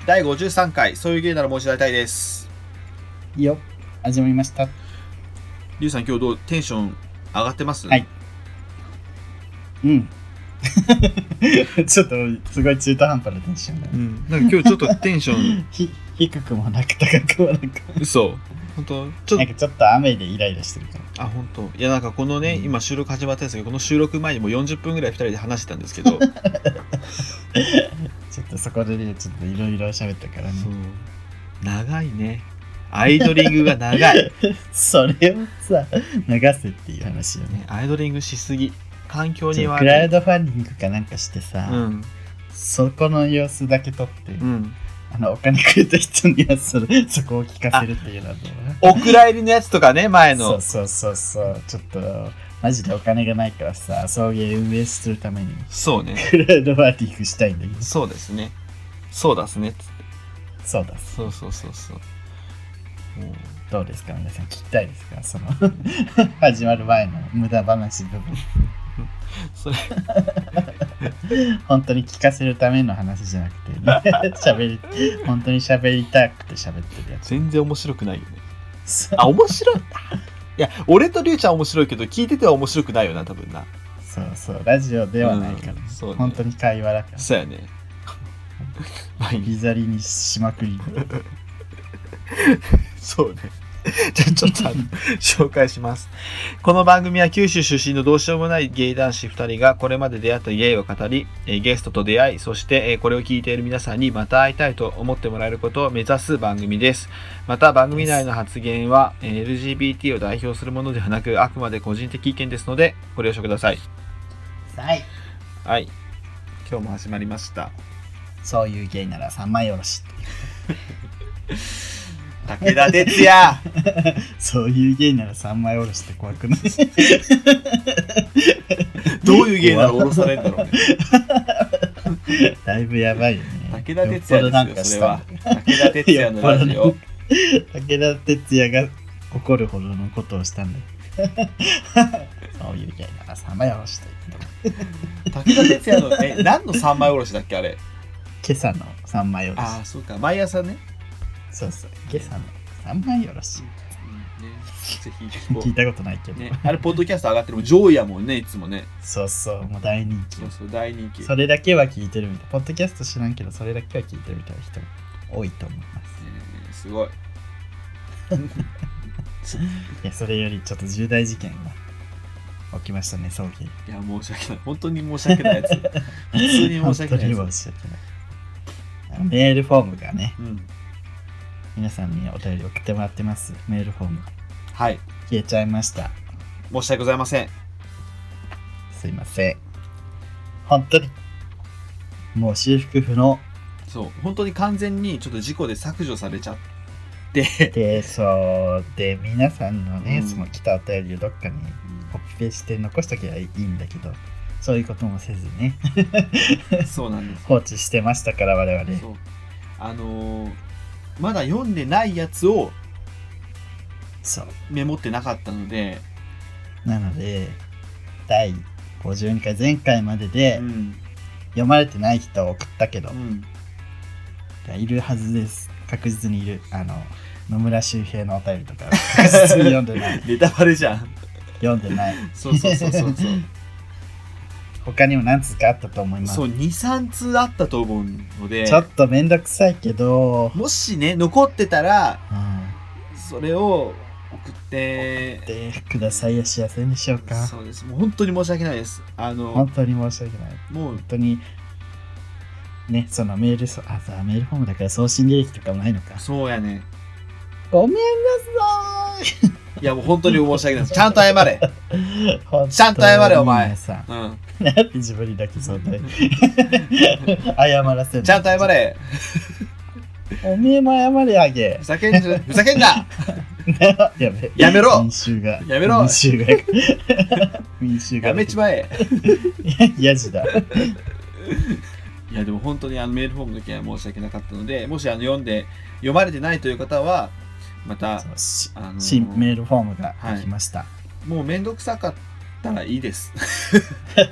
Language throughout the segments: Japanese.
第53回そういう芸なら申し上げたいです。 いいよ、始まりました。 リュウさん、今日どうテンション上がってます？ はい。うんちょっとすごい中途半端なテンションだ、 なんか今日ちょっとテンション低くもなく高くもなく嘘本当ちょっなんかちょっと雨でイライラしてるから。 と本当いや、なんかこのね、今収録始まったんですけど、この収録前にもう40分ぐらい2人で話してたんですけどちょっとそこでね、ちょっといろいろ喋ったからね。 そう長いね、アイドリングが長いそれをさ流せっていう話よね。 アイドリングしすぎ、環境に悪い。 クラウドファンディングかなんかしてさ、そこの様子だけ撮って、お金くれた人にはそこを聞かせるっていうのはどう？ お蔵入りのやつとかね、前の。 そうちょっとマジでお金がないからさ、送迎運営するためにそうね、 クラウドファンディングしたいんだけど。 そうですね、そうだすねっつって。 そうだ、 そうどうですか皆さん、聞きたいですか、その始まる前の無駄話部分それ本当に聞かせるための話じゃなくて、ね、本当に喋りたくて喋ってるやつ。 全然面白くないよね。面白いいや、俺とりゅうちゃん面白いけど聞いてては面白くないよな、多分な。 そうラジオではないから、 そうね、 本当に会話だから。 そうやねビザリにしまくりそうねじゃあちょっと紹介します。この番組は九州出身のどうしようもないゲイ男子2人がこれまで出会ったゲイを語り、ゲストと出会い、そしてこれを聞いている皆さんにまた会いたいと思ってもらえることを目指す番組です。また番組内の発言は LGBT を代表するものではなく、あくまで個人的意見ですのでご了承ください。はい、今日も始まりました。 そういうゲイなら3枚おろし武田鉄矢そういうゲイなら3枚おろしって怖くない？ どういうゲイならおろされるんだろうねだいぶやばいよね。 武田鉄矢ですよ、それは。武田鉄矢のラジオ。 武田鉄矢が怒るほどのことをしたんだそういうゲイなら3枚おろしと言って。 武田鉄矢の何の3枚おろしだっけあれ？ 今朝の3枚おろし。 ああ、そうか、毎朝ね。 そう今朝の3枚おろし、 ぜひ聞いたことないけど、 ね、あれポッドキャスト上がってるも上位やもんね、いつもね。 そうもう大人気。 そう大人気。 それだけは聞いてるみたい。ポッドキャスト知らんけどそれだけは聞いてるみたいな人も多いと思います、 すごいいや、それよりちょっと重大事件が起きましたね、葬儀。 いや、申し訳ない、本当に申し訳ないやつ普通に申し訳ないやつ。 本当に申し訳ない。メールフォームがね、皆さんにお便り送ってもらってます。メールフォーム、 はい、 消えちゃいました。 申し訳ございません。 すいません、本当にもう修復不能。 そう、本当に完全にちょっと事故で削除されちゃってで、で皆さんのね、その来たお便りをどっかにコピペして残しとけばいいんだけど、そういうこともせずねそうなんです、 放置してましたから我々。 そう、まだ読んでないやつをメモってなかったので、 なので第52回前回までで、読まれてない人を送ったけど、いるはずです。確実にいる。野村周平のお便りとか確実に読んでないネタバレじゃん。 読んでない。 そう他にも何通かあったと思います。 そう、 2,3 通あったと思うので、 ちょっとめんどくさいけど、 もしね残ってたら、それを送ってくださいやしやせんでしょうか。 そうです、もう本当に申し訳ないです。 本当に申し訳ない。もう本当にね、そのメールフォームだから送信履歴とかもないのか。 そうやね、 ごめんなさいいやもう本当に申し訳ないです。ちゃんと謝れちゃんと謝れお前。 なんで自分にだけそうだよ謝らせる。 ちゃんと謝れおめえも謝れあげ。 ふざけんなやめろ。 民衆がやめろ。 民衆がやめちまえやじだ。 いやでも本当にメールフォームの時は申し訳なかったので、もし読まれてないという方はまた新メールフォームができました、 もうめんどくさかったらいいです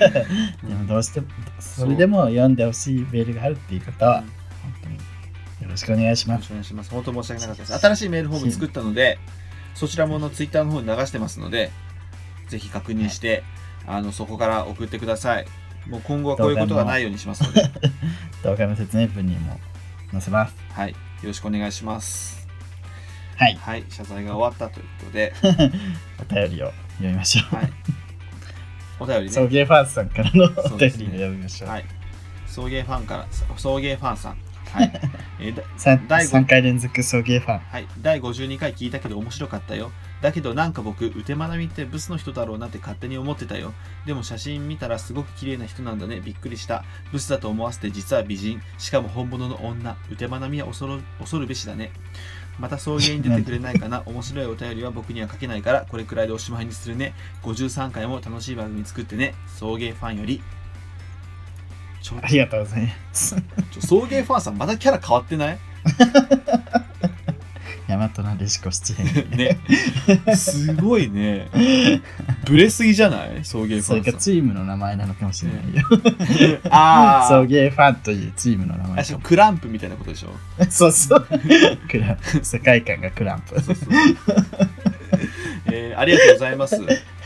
でもどうしてもそれでも読んでほしいメールがあるっていう方は、本当によろろしくお願いしよろします。 くお願いします。本当申し訳なかったです。新しいメールフォーム作ったので、そちらもツイッターの方に流してますので、ぜひ確認して、そこから送ってください。もう今後はこういうことがないようにしますので。 動画の説明文にも載せます。 はい。よろしくお願いします。 はい。 はい。謝罪が終わったということで。 お便りを読みましょう。 はい。お便りね。 送迎ファンさんからのお便りを読みましょう。 はい。送迎ファンから、送迎ファンさん。はい。 3回連続送迎ファン。 はい。第52回聞いたけど面白かったよ。だけどなんか僕、うてまなみってブスの人だろうなって勝手に思ってたよ。でも写真見たらすごく綺麗な人なんだね。びっくりした。ブスだと思わせて実は美人。しかも本物の女。うてまなみは恐るべしだね。また送迎に出てくれないかな。面白いお便りは僕には書けないから、これくらいでおしまいにするね。53回も楽しい番組作ってね。送迎ファンより。 ありがとうございます。 送迎ファンさん、またキャラ変わってない？ 大和なでしこ七変ね。すごいね。ブレすぎじゃない？送迎ファンさん。 それかチームの名前なのかもしれないよ。 ああ。 送迎ファンというチームの名前。 クランプみたいなことでしょ？ そうそう。クランプ。世界観がクランプ。そうそうありがとうございます。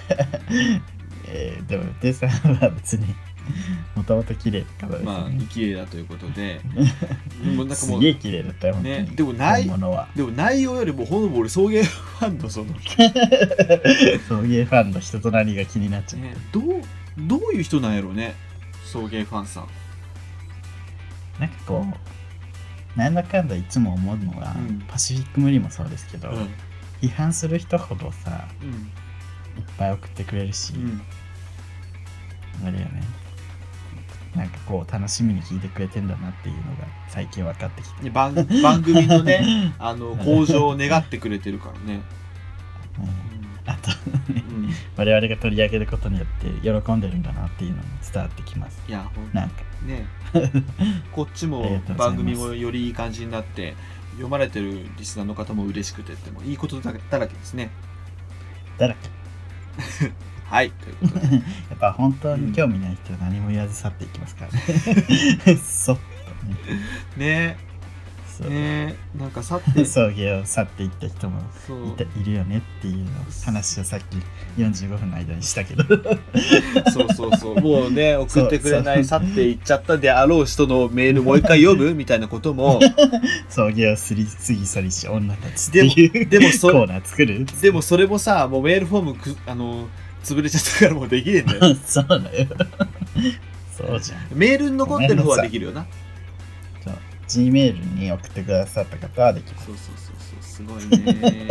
でも、デさんは別に。もともと綺麗だからですね。 まあ綺麗だということで、 もうなんかもうすげえ綺麗だったよね。 でも内容よりもほぼ俺送迎ファンのその送迎ファンの人となりが気になっちゃう。 どういう人なんやろうね、送迎ファンさん。 なんかこうなんだかんだいつも思うのは、パシフィック無理もそうですけど、批判する人ほどさ、いっぱい送ってくれるし、あれよね。なんかこう楽しみに聞いてくれてんだなっていうのが最近分かってきて、 番組のね向上を願ってくれてるからね。 あと、我々が取り上げることによって喜んでるんだなっていうのも伝わってきます。 いやなんかねこっちも番組もよりいい感じになって読まれてるリスナーの方も嬉しくてってもいいことだらけですね。 だらけ。 はい、ということでやっぱ本当に興味ない人は何も言わず去っていきますからね。そっとね。ね、なんか去って送迎を去っていった人もいるよねっていうの話をさっき45分の間にしたけどそうもうね送ってくれない去っていっちゃったであろう人のメールもう一回読むみたいなことも送迎をすりすぎそりし女たちっていうコーナー作る。 でもそれもさもうメールフォーム潰れちゃったからもうできねえんだよ。 そうだよ。そうじゃん。 メールに残ってる方はできるよな。 G メールに送ってくださった方はできます。 そうすごいね。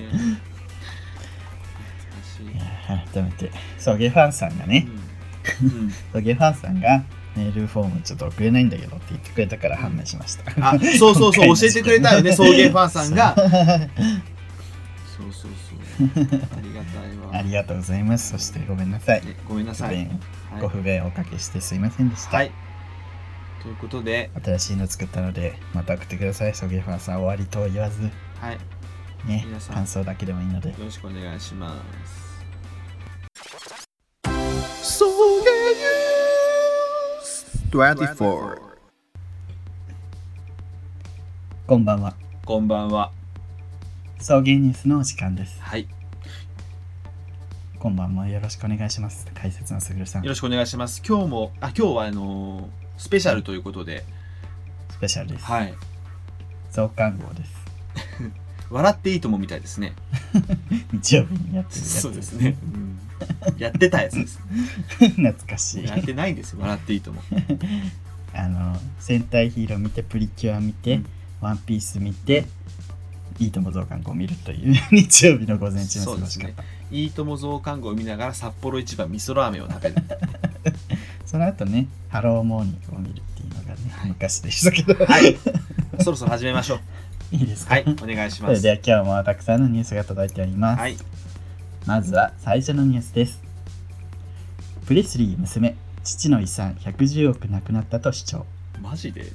改めて送迎ファンさんがね、送迎ファンさんがメールフォームちょっと送れないんだけどって言ってくれたから判明しました。 そう教えてくれたよね送迎ファンさんが。そうありがたいわ。 ありがとうございます。そしてごめんなさい。 ごめんなさい。 ご不便をおかけしてすいませんでした。 はい。ということで新しいの作ったのでまた送ってください。送迎ファンさん終わりとは言わず、 はいね、感想だけでもいいのでよろしくお願いします。送迎24。 こんばんは。 こんばんは。 送迎ニュースのお時間です。 はい。 こんばんもよろしくお願いします。解説のすぐるさん。 よろしくお願いします。今日はスペシャルということで。 スペシャルです。 はい。 増刊号です。 笑っていいともみたいですね。 日曜日にやってるやつ。 そうですね。やってたやつです。 懐かしい。 やってないんですよ。笑っていいとも。 戦隊ヒーロー見て、プリキュア見て、ワンピース見て、いいとも増刊号を見るという日曜日の午前中の過ごし方。 いいとも増刊号を見ながら札幌一番味噌ラーメンを食べる。 その後ね、ハローモーニングを見るっていうのがね、昔でしたけど。 はい。そろそろ始めましょう。 いいですか。 はい、お願いします。 それでは今日もたくさんのニュースが届いております。 はい。 まずは最初のニュースです。プレスリー娘、父の遺産110億なくなったと主張。 マジで？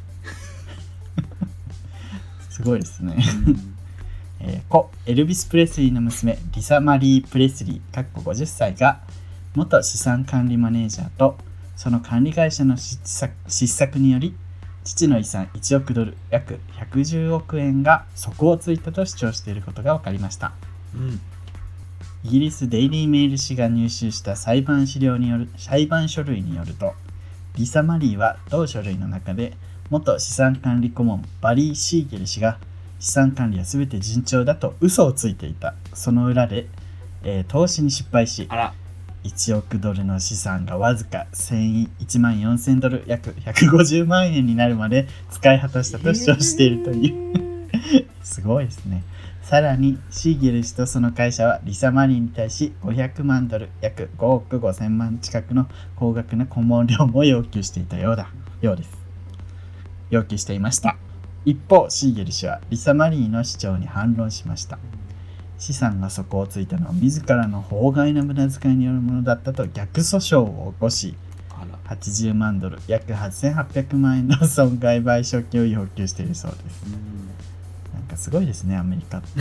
すごいですね。故エルビス・プレスリーの娘リサ・マリー・プレスリー50歳が元資産管理マネージャーとその管理会社の失策により父の遺産1億ドル約110億円が底をついたと主張していることが分かりました。イギリスデイリーメール紙が入手した裁判書類によると、リサ・マリーは同書類の中で元資産管理顧問バリー・シーゲル氏が資産管理は全て順調だと嘘をついていた。その裏で、投資に失敗し、1億ドルの資産がわずか1万4000ドル約150万円になるまで使い果たしたと主張しているというすごいですね。さらにシーゲル氏とその会社はリサ・マリーに対し500万ドル約5億5000万近くの高額な顧問料も要求していたようです。要求していました。一方シーゲル氏はリサ・マリーの主張に反論しました。資産が底をついたのは自らの法外な無駄遣いによるものだったと逆訴訟を起こし、80万ドル約8800万円の損害賠償金を要求しているそうです。なんかすごいですね、アメリカって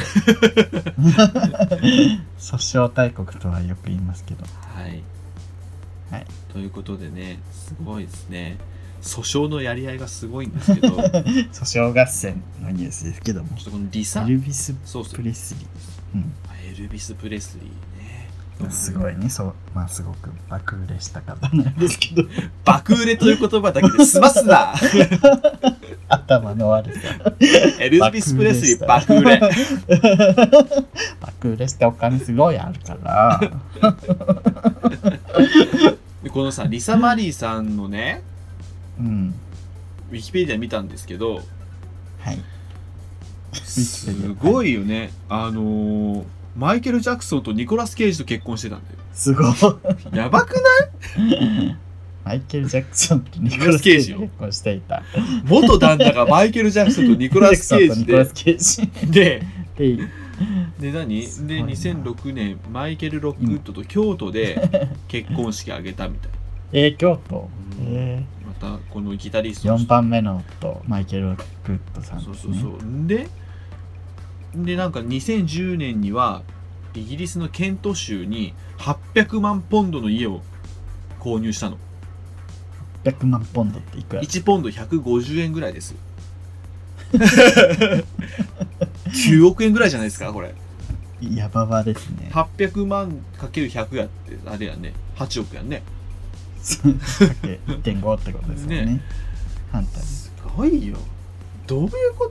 訴訟大国とはよく言いますけど、 はい、ということでね、すごいですね。訴訟のやり合いがすごいんですけど訴訟合戦のニュースですけども、 ちょっとこのリサ・エルビス・プレスリー、 エルビス・プレスリーね、 すごいね、そう、まあすごく爆売れした方なんですけど爆売れという言葉だけで済ますな頭の悪さ。 エルビス・プレスリー爆売れ爆売れしてお金すごいあるからでこのさ、リサ・マリーさんのね、 ウィキペディア見たんですけど、 はい、 すごいよね。マイケル・ジャクソンとニコラス・ケイジと結婚してたんだよ。 すごいやばくないマイケル・ジャクソンとニコラス・ケイジと結婚していた。 元旦那がマイケル・ジャクソンとニコラス・ケイジでで何で2006年マイケル・ロックウッドと京都で結婚式あげたみたいな。 京都、 またこのギタリストの 4番目の夫マイケル・ロックウッドさんですね。 でなんか2010年にはイギリスのケント州に800万ポンドの家を購入したの。 800万ポンドっていくら ？1ポンド150円ぐらいです9億円ぐらいじゃないですかこれ。 やばばですね。 800万かける100やってあれやね、8億やね。 1.5 ってことですよね。反対。 すごいよ。どういうこと？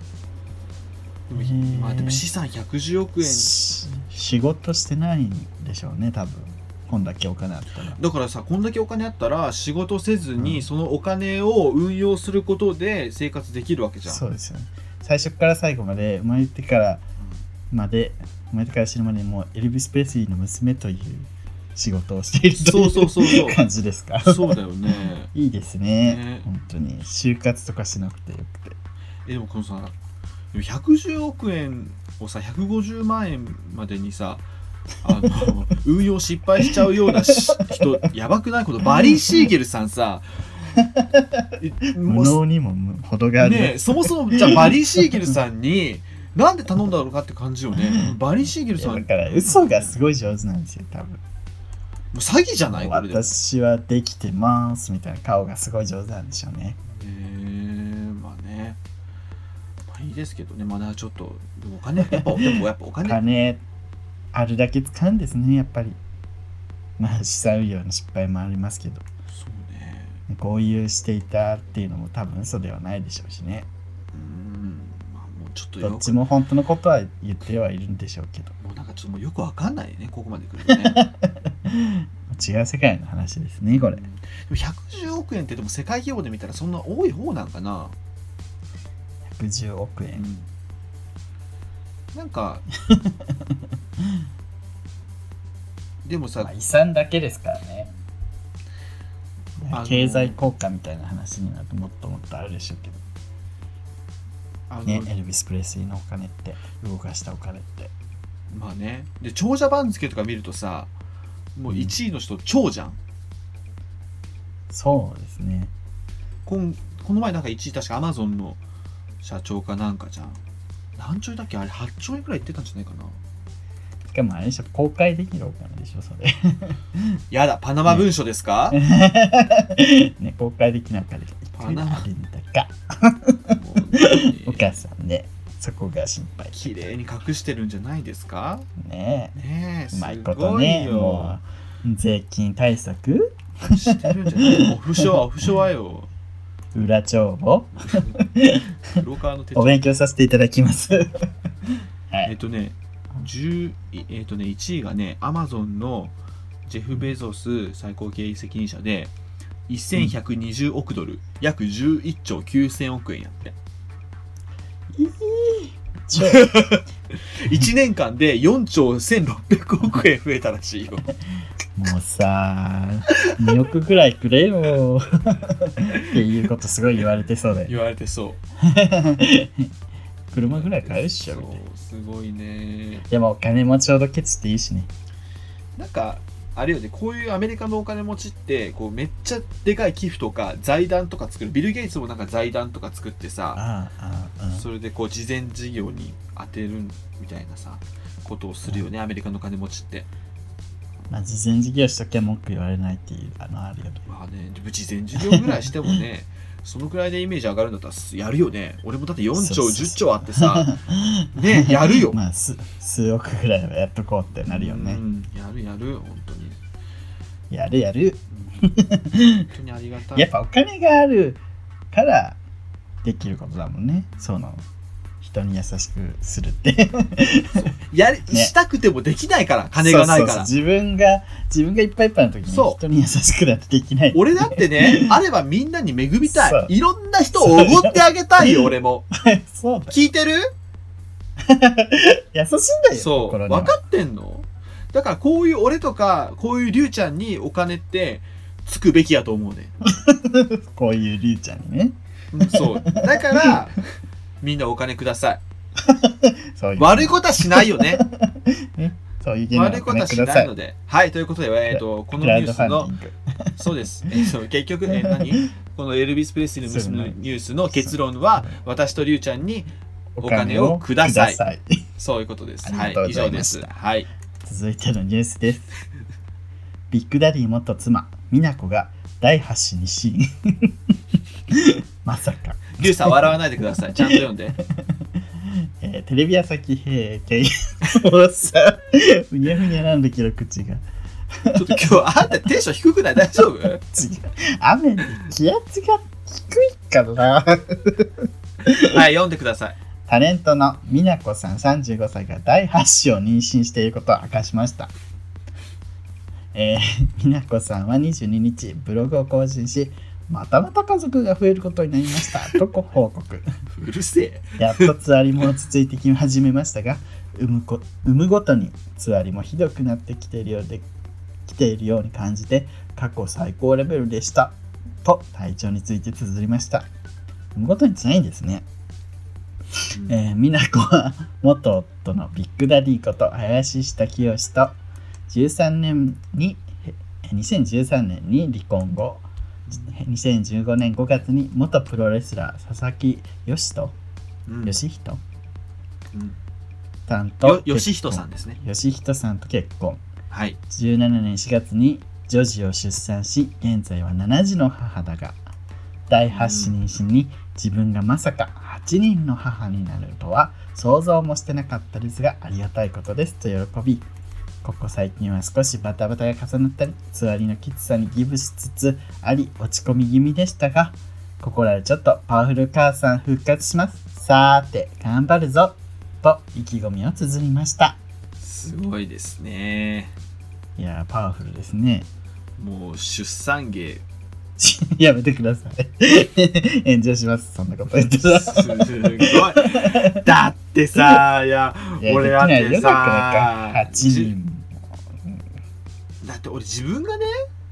まあでも資産110億円。 仕事してないんでしょうね、多分。こんだけお金あったら。 だからさ、こんだけお金あったら仕事せずにそのお金を運用することで生活できるわけじゃん。 そうですよね。最初から最後まで生まれてから死ぬまでもうエルビス・プレスリーの娘という仕事をしているという感じですか。 そうだよね。 いいですね。本当に就活とかしなくてよくて。 でもこのさ、110億円をさ150万円までにさ運用失敗しちゃうような人やばくない？ことバリー・シーゲルさんさ無能にも程があるね。そもそもじゃあバリー・シーゲルさんになんで頼んだのかって感じよね。バリー・シーゲルさんだから嘘がすごい上手なんですよ多分。 もう詐欺じゃない？これで私はできてますみたいな顔がすごい上手なんでしょうね。 まあね、まあいいですけどね。まだちょっとお金やっぱお金あるだけ使うんですね、やっぱり。まあ資産運用の失敗もありますけど、 そうね、 豪遊していたっていうのも多分嘘ではないでしょうしね。 まあもうちょっとどっちも本当のことは言ってはいるんでしょうけど、 もうなんかちょっともうよくわかんないね、ここまで来るとね違う世界の話ですねこれ。でも 110億円ってでも世界規模で見たらそんな多い方なんかな。 110億円、 なんかでもさ、 遺産だけですからね。経済効果みたいな話になるともっともっとあるでしょうけどね。エルビス・プレスリーのお金って動かしたお金ってまあね。で長者番付とか見るとさ、もう1位の人長じゃん。 そうですね。 この前なんか1位確かアマゾンの社長かなんかじゃん。何兆円だっけあれ、8兆円くらい言ってたんじゃないかな。 しかもあれでしょ、公開できるお金でしょそれやだ、パナマ文書ですか、 ね、公開できないからパるんだかお母さんね、そこが心配。 綺麗に隠してるんじゃないですかねえ。 うまいことね、もう税金対策してるんじゃない。オフショアよ。 裏帳簿黒川の手帳。 お勉強させていただきますはい、 1位がね、アマゾンのジェフ・ベゾス最高経営責任者で1120億ドル、約11兆9000億円やって。1年間で4兆1600億円増えたらしいよ。 もうさ、2億ぐらいくれよっていうことすごい言われてそうで。 言われてそう。 車ぐらい買うっしょ。 そう、すごいね。 でもお金もちょうどケチっていいしね。 なんかあれよね、こういうアメリカのお金持ちってこうめっちゃでかい寄付とか財団とか作る。ビル・ゲイツもなんか財団とか作ってさ、それでこう慈善事業に当てるみたいなさことをするよね、アメリカの金持ちって。 まあ慈善事業しときゃ文句言われないっていうあるよね。 まあね、慈善事業ぐらいしてもねそのくらいでイメージ上がるんだったらやるよね。俺もだって4兆10兆あってさね、やるよ。 まあ数億ぐらいはやっとこうってなるよね。 やる本当にやる本当にありがたい。 やっぱお金があるからできることだもんね。そうなの、人に優しくするってしたくてもできないから、金がないから。 そう自分がいっぱいいっぱいの時に人に優しくなんてできない。 俺だってねあればみんなに恵みたい。いろんな人をおごってあげたいよ俺もそうだ、 聞いてる優しいんだよ。 そう分かってんの。だからこういう俺とかこういうりゅうちゃんにお金ってつくべきやと思うねこういうりゅうちゃんにね。 そうだからみんなお金くださいそういう悪いことはしないよねそういう悪いことはしないので。はい、ということで、このニュースのそうです、結局、このエルビス・プレスリーのニュースの結論は私とりゅうちゃんにお金をください。そういうことです。はい、以上です。はい、 続いてのニュースです。ビッグダディ元妻美奈子が第8子に死まさか。 リュウさん笑わないでください。ちゃんと読んで。 テレビ朝日系もうさふにゃふにゃなんだけど口がちょっと今日あんたテンション低くない？大丈夫？違う、 雨で気圧が低いからなはい、 読んでください。 タレントの美奈子さん35歳が第8子を妊娠していることを明かしました。美奈子さんは22日ブログを更新し、またまた家族が増えることになりましたとご報告。 うるせえ。 やっとつわりも落ち着いてき始めましたが、産むごとにつわりもひどくなってきているように感じて、過去最高レベルでしたと体調について綴りました。産むごとにつらいんですね。美奈子は元夫のビッグダディこと林下清と2013年に離婚後、2015年5月に元プロレスラー佐々木義人さんと義人さんですね。 義人さんと結婚。 はい。 17年4月に女児を出産し、現在は7児の母だが、第8子妊娠に自分がまさか8人の母になるとは想像もしてなかったですが、ありがたいことですと喜び、ここ最近は少しバタバタが重なったり、つわりのきつさにギブしつつあり、落ち込み気味でしたが、ここらでちょっとパワフル母さん復活します。さーて頑張るぞと意気込みを綴りました。 すごいですね。 いやパワフルですね。 もう出産芸やめてください炎上します、そんなこと言ってたら。すごいだってさ、いや俺だってさ 8人だって俺自分がね、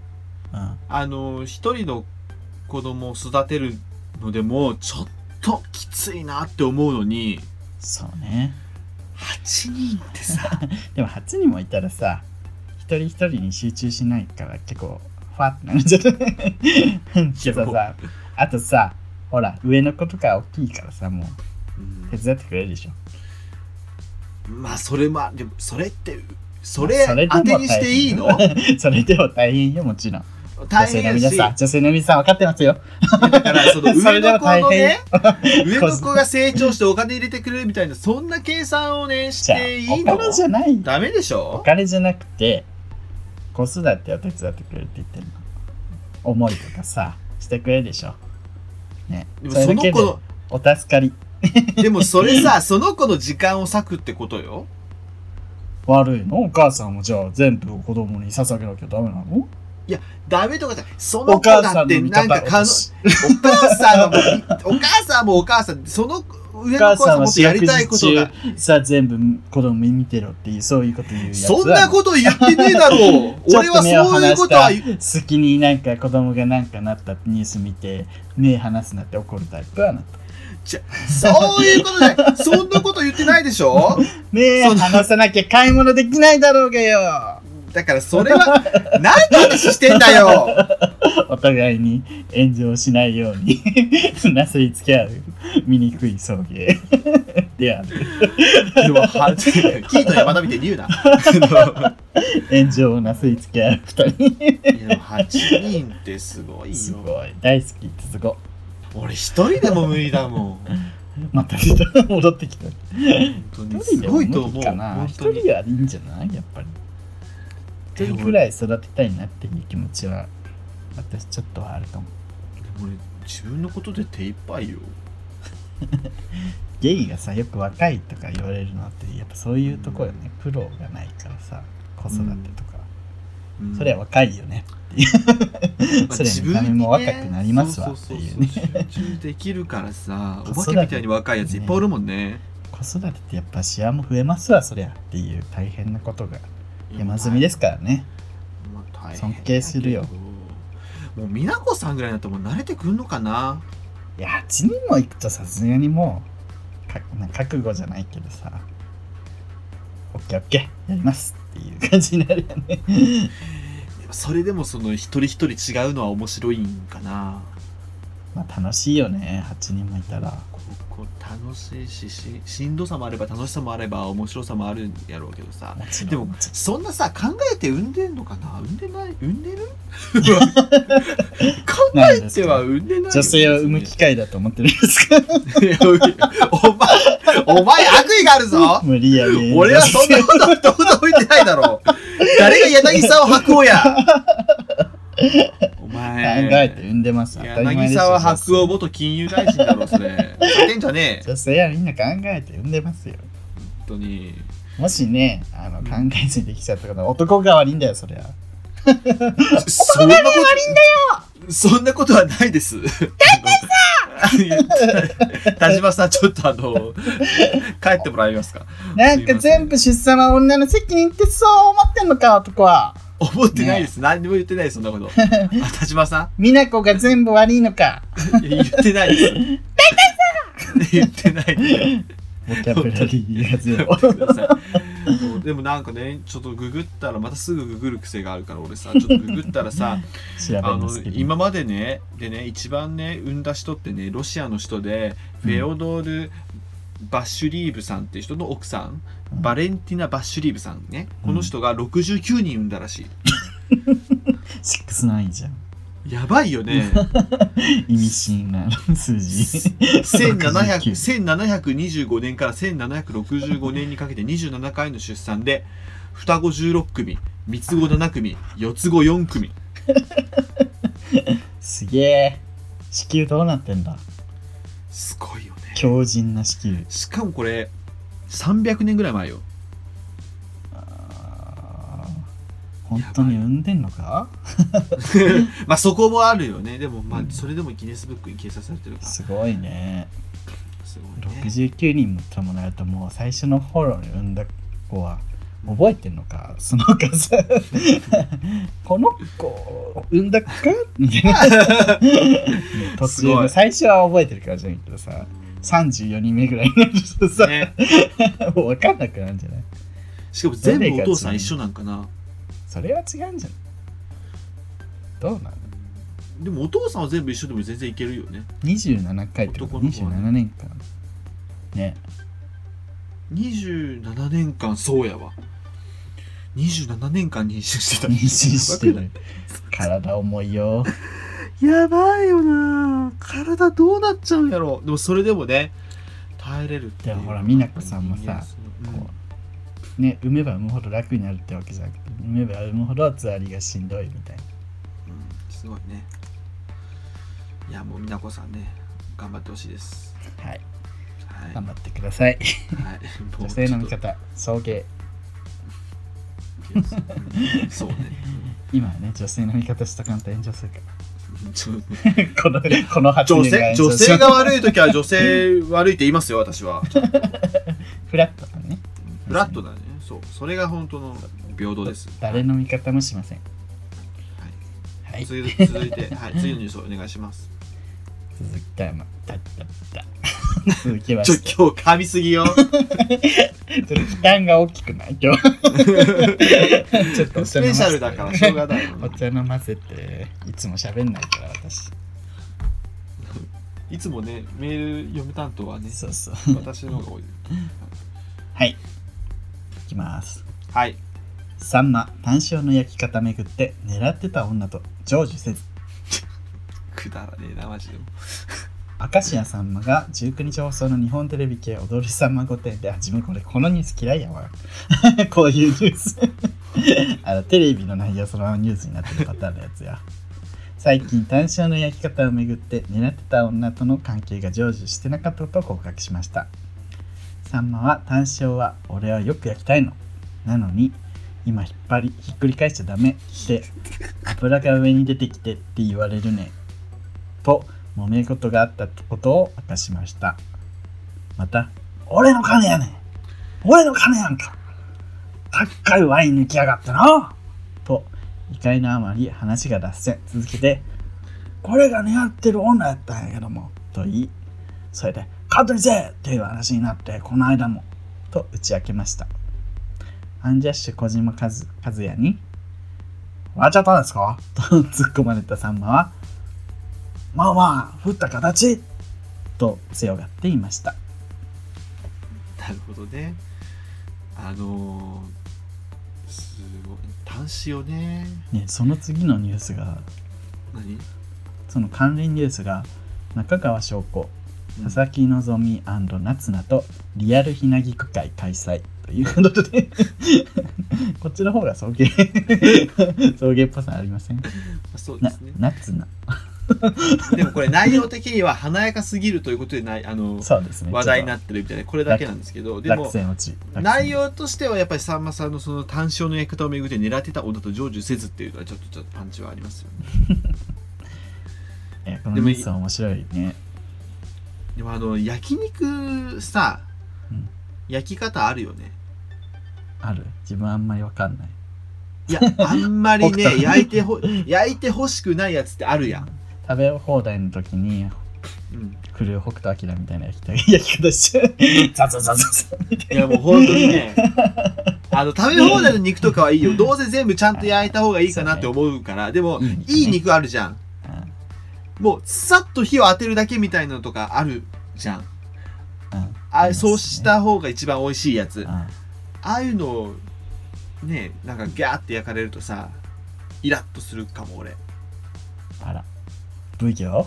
一人の子供を育てるのでもちょっときついなって思うのに、 そうね、 8人ってさでも8人もいたらさ、一人一人に集中しないから結構ファってなるんじゃないけどさ、あとさ、ほら上の子とか大きいからさ、もう手伝ってくれるでしょ。 まあそれもでもそれってそれ当てにしていいの？ それでも大変よ、もちろん。 大変やし、 女性の皆さん分かってますよ。 だからその上の子のね上の子子が成長してお金入れてくれるみたいな、そんな計算をねしていいの？ お金じゃない。 ダメでしょ。 お金じゃなくて子育てを手伝ってくれるって言ってるの。思いとかさしてくれるでしょ。ね。 でもその子のお助かり。 でもそれさ、その子の時間を割くってことよ。 悪いの？お母さんもじゃあ全部子供に捧げなきゃダメなの？ いや、ダメとかじゃない。その子だってなんかお母さんもお母さん、その上の子はもっとやりたいことが。 さあ全部子供見てろっていう、そういうこと言うやつ。 そんなこと言ってねえだろう。俺はそういうことは好きになんか子供がなんかなったニュース見て目離すなって怒るタイプはなった。 そういうことじゃない。そんなこと言ってないでしょ。 目離さなきゃ買い物できないだろうがよ。 だからそれは何の話してんだよ。 お互いに炎上しないようになすりつけ合う醜い送迎である。 でもキーと山田みたいに言うな。 炎上をなすりつけ合う2人。 いや8人ってすごいよ。 すごい大好きってすごい。 俺一人でも無理だもん。 また戻ってきた。 本当にすごいと思う。 一人はいいんじゃない？やっぱり一人ぐらい育てたいなっていう気持ちは私ちょっとはあるかも。 でも俺自分のことで手一杯よ。 ゲイがさよく若いとか言われるのってやっぱそういうとこよね。プロがないからさ、子育てとか、それは若いよねっていうそれ見た目も若くなりますわっていうね。 集中できるからさ、お化けみたいに若いやついっぱいおるもんね。 子育てってやっぱシワも増えますわそりゃっていう大変なことが山積みですからね。尊敬するよ。 もう美奈子さんぐらいになったらもう慣れてくんのかな。 いや8人も行くとさすがにもう覚悟じゃないけどさ、オッケーオッケーやりますっていう感じになるよね。 それでもその一人一人違うのは面白いんかな。 まあ楽しいよね、8人もいたら。 こう楽しいしんどさもあれば楽しさもあれば面白さもあるんやろうけどさ。でもそんなさ考えて産んでんのかな。産んでない？産んでる？考えては産んでない。 女性を産む機会だと思ってるんですか？ お前悪意があるぞ。 無理やね。 俺はそんなこと一言も言ってないだろう。誰が柳沢白鸚や。お前考えて産んでます。 柳沢白鸚元金融大臣だろそれ。言ってんじゃねえ。 女性はみんな考えて産んでますよ。 本当に。 もしね考えずにできちゃったから男が悪いんだよそりゃ。 そんなこと悪いんだよ。そんなことはないです。田島さんちょっと帰ってもらえますか。 なんか全部出産は女の責任ってそう思ってんのか男は。 思ってないです、ね、何にも言ってないですそんなこと。田島さん美奈子が全部悪いのか。 言ってないです。大体さ言ってないです。 ボキャブラリーがゼロ。 でもなんかねちょっとググったらまたすぐググる癖があるから俺さちょっとググったらさ今までね一番ね産んだ人ってねロシアの人でフェオドール・バッシュリーブさんっていう人の奥さん、バレンティナ・バッシュリーブさんね、この人が69人産んだらしい。 69じゃん。 やばいよね。 意味深な数字。 1725年から1765年にかけて27回の出産で双子16組、三つ子7組、四つ子4組。 すげえ。子宮どうなってんだ。 すごいよね。 強靭な子宮。 しかもこれ300年ぐらい前よ。 本当に産んでんのか？ まあそこもあるよね。でもまあそれでもギネスブックに掲載されてるから。 すごいね。 すごいね。 69人もともなるともう最初の頃に産んだ子は覚えてんのか、その数。この子産んだかみたいな。途中の最初は覚えてるからじゃないけどさ、34人目ぐらいになるとさ、ね、もう分かんなくなるんじゃない？ しかも全部お父さん一緒なんかな。 それは違うんじゃない？どうなの？ でもお父さんは全部一緒でも全然いけるよね。 27回ってこと、27年間ね。 27年間そうやわ。27年間妊娠してた。 妊娠してる。 体重いよ。 やばいよな。体どうなっちゃうんやろ。でもそれでもね耐えれるっていう。 でもほら美奈子さんもさ、こうね、産めば産むほど楽になるってわけじゃなくて、産めば産むほどつわりがしんどいみたいな。 すごいね。いやもう美奈子さんね頑張ってほしいです。 はい、 はい、 頑張ってください。 はい、 女性の味方送迎。 そうね。 今はね女性の味方したかんと炎上するから。この発言が女性が悪いときは女性悪いって言いますよ私は。 フラットだね。 フラットだね。そう、それが本当の平等です。 誰の味方もしません。 はい。続いて、はい、次のニュースをお願いします。 続きまして。 今日噛みすぎよ。 ちょっと負担が大きくない今日。ちょっとスペシャルだからしょうがないよね。 お茶飲ませていつも喋んないから私。 いつもねメール読む担当はね。 そうそう。 私の方が多い。 はい。いきます。 はい。 サンマ単塩の焼き方めぐって狙ってた女と成就せず。 くだらねえなマジで。 明石家さんまが19日放送の日本テレビ系踊るさんま御殿で、自分このニュース嫌いやわ。こういうニューステレビの内容そのままニュースになってるパターンのやつや。最近単塩の焼き方をめぐって狙ってた女との関係が成就してなかったことを告白しました。さんまは単塩は俺はよく焼きたいの。なのに今ひっくり返しちゃダメって油が上に出てきてって言われるねと揉め事があったことを明かしました。また俺の金やねん、俺の金やんか、高いワイン抜きやがってなと怒りのあまり話が脱線。続けてこれが狙ってる女やったんやけどもと言い、それでカットにせえっていう話になってこの間もと打ち明けました。アンジャッシュ小島和也に笑っちゃったんですかと突っ込まれたさんまは、まあまあ振った形と強がっていました。 なるほどね。すごい単塩ね。 その次のニュースがその関連ニュースが中川翔子、佐々木希夏菜とリアルひなぎく会開催ということでこっちの方が送迎っぽさありません？ そうですね。 夏菜でもこれ内容的には華やかすぎるということでそうですね、 話題になってるみたいなこれだけなんですけど、でも内容としてはやっぱりさんまさんのその単塩の焼き方をめぐって狙ってた女と成就せずっていうのはちょっとパンチはありますよね。 このニュースは面白いね。 でも焼肉さ、焼き方あるよね。 ある？自分あんまりわかんない。 いやあんまりね焼いてほしくないやつってあるやん。 食べ放題の時に、来る北斗晶みたいな焼き方しちゃう。ザザザザザみたいな。 いやもう本当にね食べ放題の肉とかはいいよ。どうせ全部ちゃんと焼いた方がいいかなって思うから。でもいい肉あるじゃん。もうさっと火を当てるだけみたいなのとかあるじゃん。そうした方が一番美味しいやつ。ああいうのね、なんかギャーって焼かれるとさイラッとするかも俺。 あら、奉行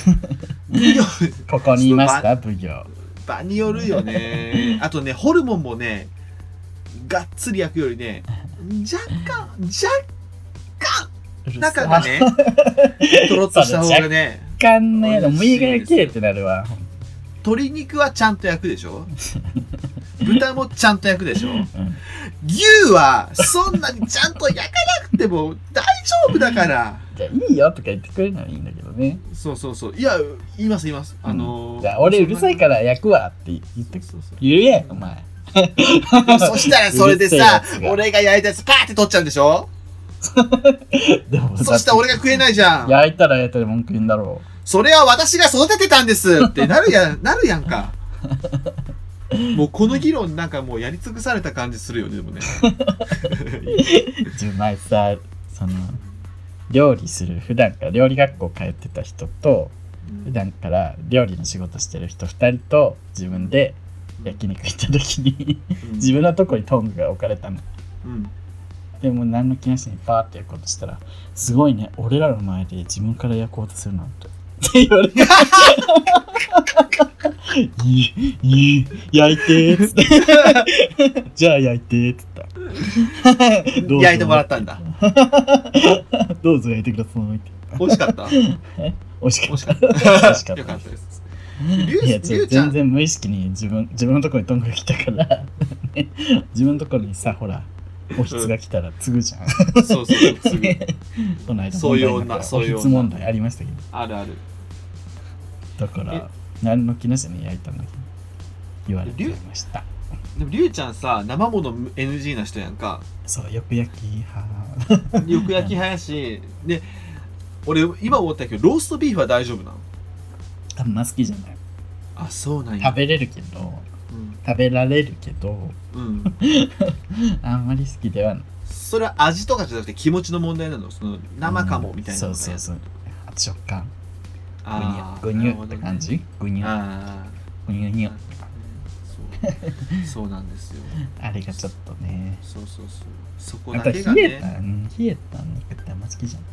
ここにいますか奉行。 場によるよね。あとねホルモンもねがっつり焼くよりね若干中がねとろっとした方がね若干ねもう身が焼けってなるわ。 鶏肉はちゃんと焼くでしょ豚もちゃんと焼くでしょ、牛はそんなにちゃんと焼かなくても大丈夫だから。 じゃあいいよとか言ってくれるのはいいんだけどね。 そういや言いますじゃあ俺うるさいから焼くわって言って言えお前そしたらそれでさ俺が焼いたやつパーって取っちゃうんでしょでもそしたら俺が食えないじゃん。 焼いたら文句言うんだろう。 それは私が育ててたんですってなるやんか。もうこの議論なんかもうやり尽くされた感じするよね。でもね自分前さ料理する普段から料理学校通ってた人と、普段から料理の仕事してる人2人と自分で焼肉行った時に、自分のとこにトングが置かれたの、 でも何の気なしにパーって焼こうとしたら、すごいね、俺らの前で自分から焼こうとするなんてって言われて焼いてーっつってじゃあ焼いてーっつった焼いてもらったんだ。 どうぞ焼いてくださいって。 美味しかった？ 美味しかった。 美味しかった。よかったです。 いや全然無意識に自分のところにトングが来たから、ね、自分のところにさ、ほらおひつが来たら継ぐじゃん。 そう継ぐ。 この間そういう女、 おひつ問題ありましたけど。 ある。 だから何の気なしに焼いたのに言われてました。 でもりゅうちゃんさ、生もの NG な人やんか。 そう、よく焼き派。 よく焼き派やし、で俺今思ったけどローストビーフは大丈夫なの？ あんま好きじゃない。 あ、そうなんや。 食べれるけど、食べられるけど、あんまり好きではない。 それは味とかじゃなくて気持ちの問題なの？その生かもみたいな、 そうあと食感、グニュって感じ、グニュそうなんですよ。 あれがちょっとね、 そこだけがね。 冷えた肉ってあんま好きじゃん。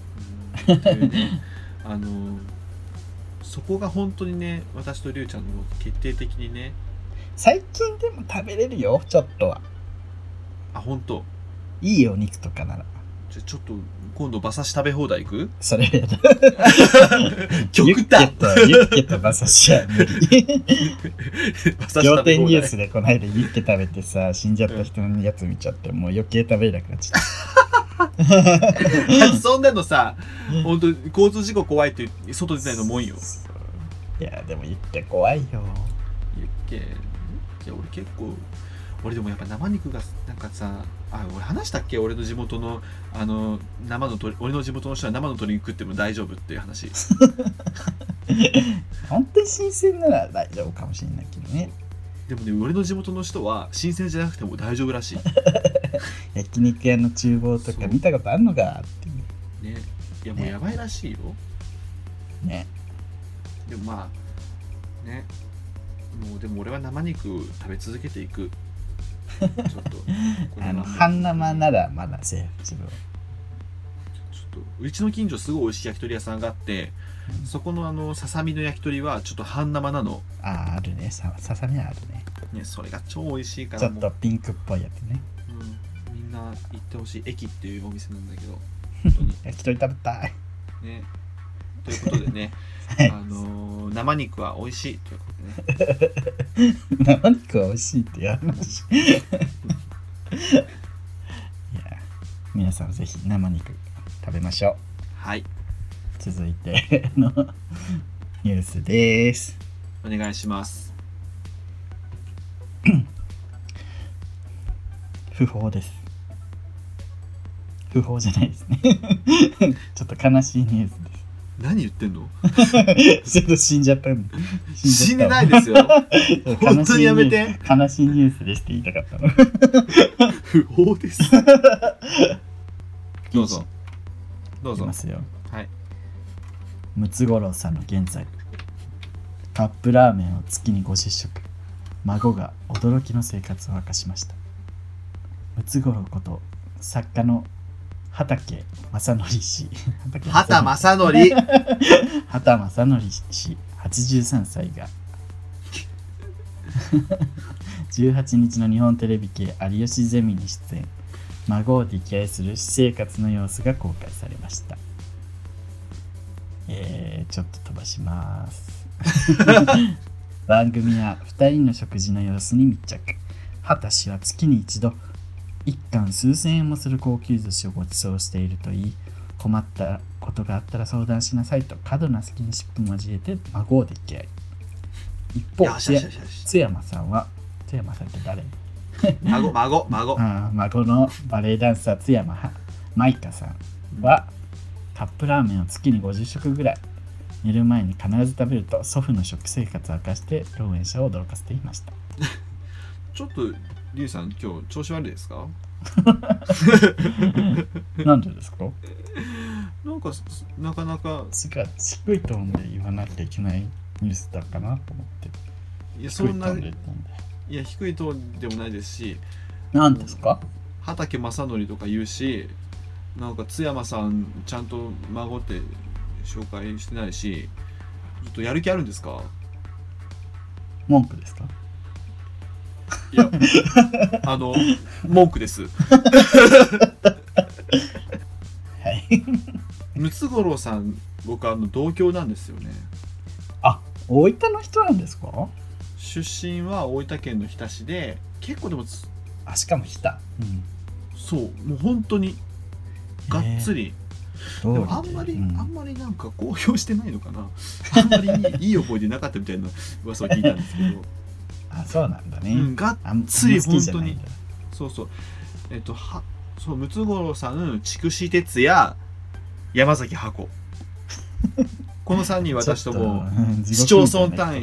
そこが本当にね、私とりゅうちゃんの決定的にね。 最近でも食べれるよ、ちょっとは。 あ、本当。 いいお肉とかなら。 じゃちょっと今度馬刺し食べ放題行く？ それやだ。 極端。 ユッケと馬刺しは無理。仰天ニュースでこの間ユッケ食べてさ、死んじゃった人のやつ見ちゃって、もう余計食べれなくなっちゃった。 そんなのさ、本当交通事故怖いって外出ないのもんよ。 いやでもユッケ怖いよ。 ユッケ俺結構、俺でもやっぱ生肉がなんかさ、俺話したっけ？俺の地元の生の鶏、俺の地元の人は生の鶏肉食っても大丈夫っていう話。 本当に新鮮なら大丈夫かもしれないけどね。 でもね、俺の地元の人は新鮮じゃなくても大丈夫らしい。 焼肉屋の厨房とか見たことあるのかってね。いやもうやばいらしいよ。 ね。 でもまあね、もうでも俺は生肉食べ続けていく。ちょっと半生ならまだセーフ。自分はちょっとうちの近所すごい美味しい焼き鳥屋さんがあって、そこのささみの焼き鳥はちょっと半生なの。 あるね、ささみはあるね。 それが超美味しいから、 ちょっとピンクっぽいやつね。 みんな行ってほしい。駅っていうお店なんだけど、本当に焼き鳥食べたいね。ということでね、生肉は美味しいということでね。 生肉は美味しいっていう話。いや、皆さんぜひ生肉食べましょう。 はい。 続いてのニュースです。 お願いします。 不法です。不法じゃないですね。ちょっと悲しいニュースです。 何言ってんの？ ちょっと死んじゃったんで。 死んでないですよ。本当にやめて。 悲しいニュースですって言いたかったの。 不法です。どうぞ。 いきますよ。 はい。 ムツゴロウさんの現在、カップラーメンを月に50食、孫が驚きの生活を明かしました。ムツゴロウこと作家の畑正則氏。 畑正則氏83歳が18日の日本テレビ系有吉ゼミに出演。孫を溺愛する私生活の様子が公開されました。ちょっと飛ばします。番組は2人の食事の様子に密着。畑氏は月に一度一貫数千円もする高級寿司をご馳走しているといい、困ったことがあったら相談しなさいと過度なスキンシップも交えて孫を溺愛。一方、津山さんって誰？ 孫のバレエダンサー津山舞香さんは、カップラーメンを月に50食ぐらい、寝る前に必ず食べると祖父の食生活を明かして共演者を驚かせていました。 ちょっとリュウさん今日調子悪いですか？ なんでですか？ なんかなかなか低いトーンで言わなきゃいけないニュースだかなと思って。 いやそんな、いや低いトーンでもないですし。 何ですか？ 畠正則とか言うし、なんか津山さんちゃんと孫って紹介してないし、ちょっとやる気あるんですか？ 文句ですか？ いや文句です。 はい。 ムツゴロウさん、僕同郷なんですよね。 あ、大分の人なんですか？ 出身は大分県の日田市で、結構でもしかも日田、 そうもう本当にがっつり、でもあんまりなんか公表してないのかな。あんまりいい思い出なかったみたいな噂を聞いたんですけど。 そうなんだね。 がっつり本当に。そうそう。そうムツゴロウさん、筑紫哲也、山崎箱。この3人私とも市町村単位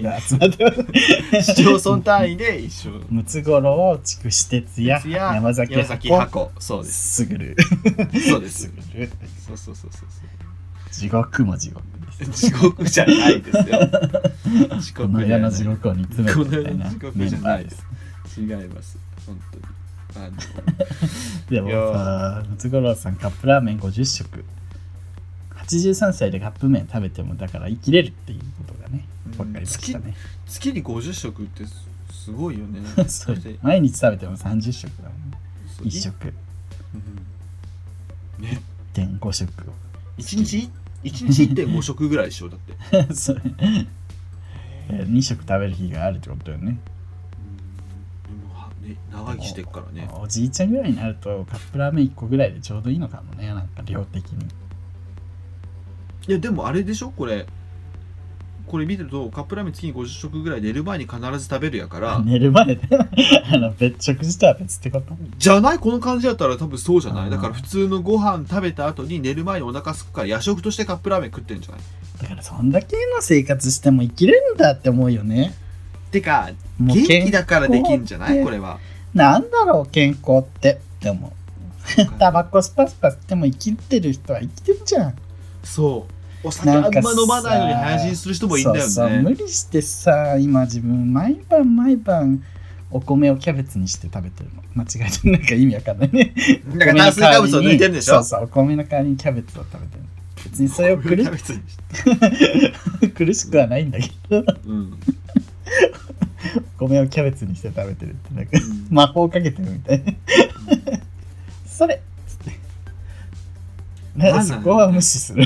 で一緒。 ムツゴロウ、筑紫哲也、山崎箱。 そうです。 すぐる。 そうです。そう。 地獄も地獄です。 地獄じゃないですよ。 この世の地獄を煮詰めるみたいなメンバーです。違います。本当に。 でもさ、ムツゴロウさんカップラーメン50食。83歳でカップ麺食べてもだから生きれるっていうことがね、分かりましたね。 月に50食ってすごいよね。 毎日食べても30食だもんね。1食。 ね。 1.5食を。 1日 1.5 食ぐらいでしょ、だって。 それ。2食食べる日があるってことよね。 長生きしてるからね。 おじいちゃんぐらいになるとカップラーメン1個ぐらいでちょうどいいのかもね、なんか量的に。 いやでもあれでしょ、これ見てるとカップラーメン月に50食ぐらい寝る前に必ず食べるやから。 寝る前で別食事とは別ってことじゃない？この感じだったら多分そうじゃない？だから普通のご飯食べた後に寝る前にお腹すくから夜食としてカップラーメン食ってるんじゃない？ だからそんだけの生活しても生きれるんだって思うよね。 てか元気だからできんじゃない？これはなんだろう、健康ってでもタバコスパスパ吸っても生きてる人は生きてるじゃん。 そう、お酒あんま飲まないのに配信する人もいいんだよね。 そう無理してさ、今自分毎晩お米をキャベツにして食べてるの。間違えてなんか意味わかんないね。 だから炭水化物を抜いてるんでしょ。 そうお米の代わりにキャベツを食べてる。別にそれを苦しくはないんだけど、米をキャベツにして食べてるってなんか、魔法かけてるみたいな。それっつってなんでそこは無視する。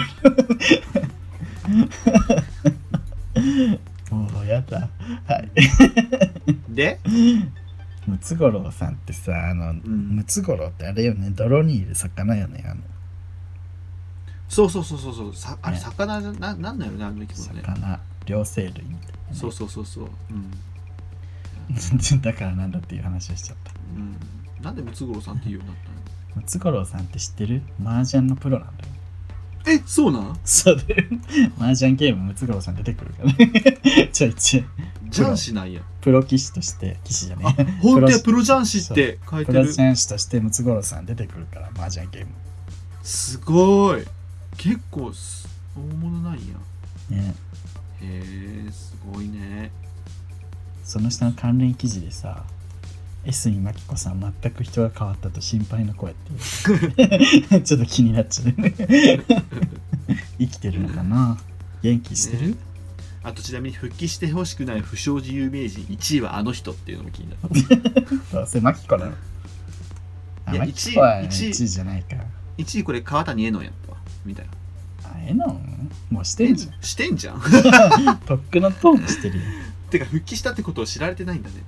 もうやだ。はいでムツゴロウさんってさ、ムツゴロウってあれよね、泥にいる魚よね。 そうあれ魚なんだよね、あの生き物ね。 魚、両生類みたいな、ね。そう。だからなんだっていう話をしちゃった。 なんでムツゴロウさんって言うようになったの？ ムツゴロウさんって知ってる？麻雀のプロなんだよ。 そうなん？ そうだよ。麻雀ゲームムツゴロウさん出てくるからね。ちょいちょい。 雀士なんや。 プロ棋士として棋士じゃねえ。 本当や、プロ雀士って書いてる。 プロ雀士としてムツゴロウさん出てくるから麻雀ゲーム。 すごい。結構大物なんや。 ね。 へえ、すごいね。 その下の関連記事でさ、江角真紀子さん全く人が変わったと心配の声ってちょっと気になっちゃうね。生きてるのかな、元気してる、 あとちなみに復帰してほしくない不祥事有名人1位はあの人っていうのも気になる。 どうせ真紀子なの？真紀子は1位じゃないか。 1位これ川谷絵音やったわみたいな。 絵音もうしてんじゃん。 してんじゃん。 とっくのトーンしてるよ。 てか復帰したってことを知られてないんだね。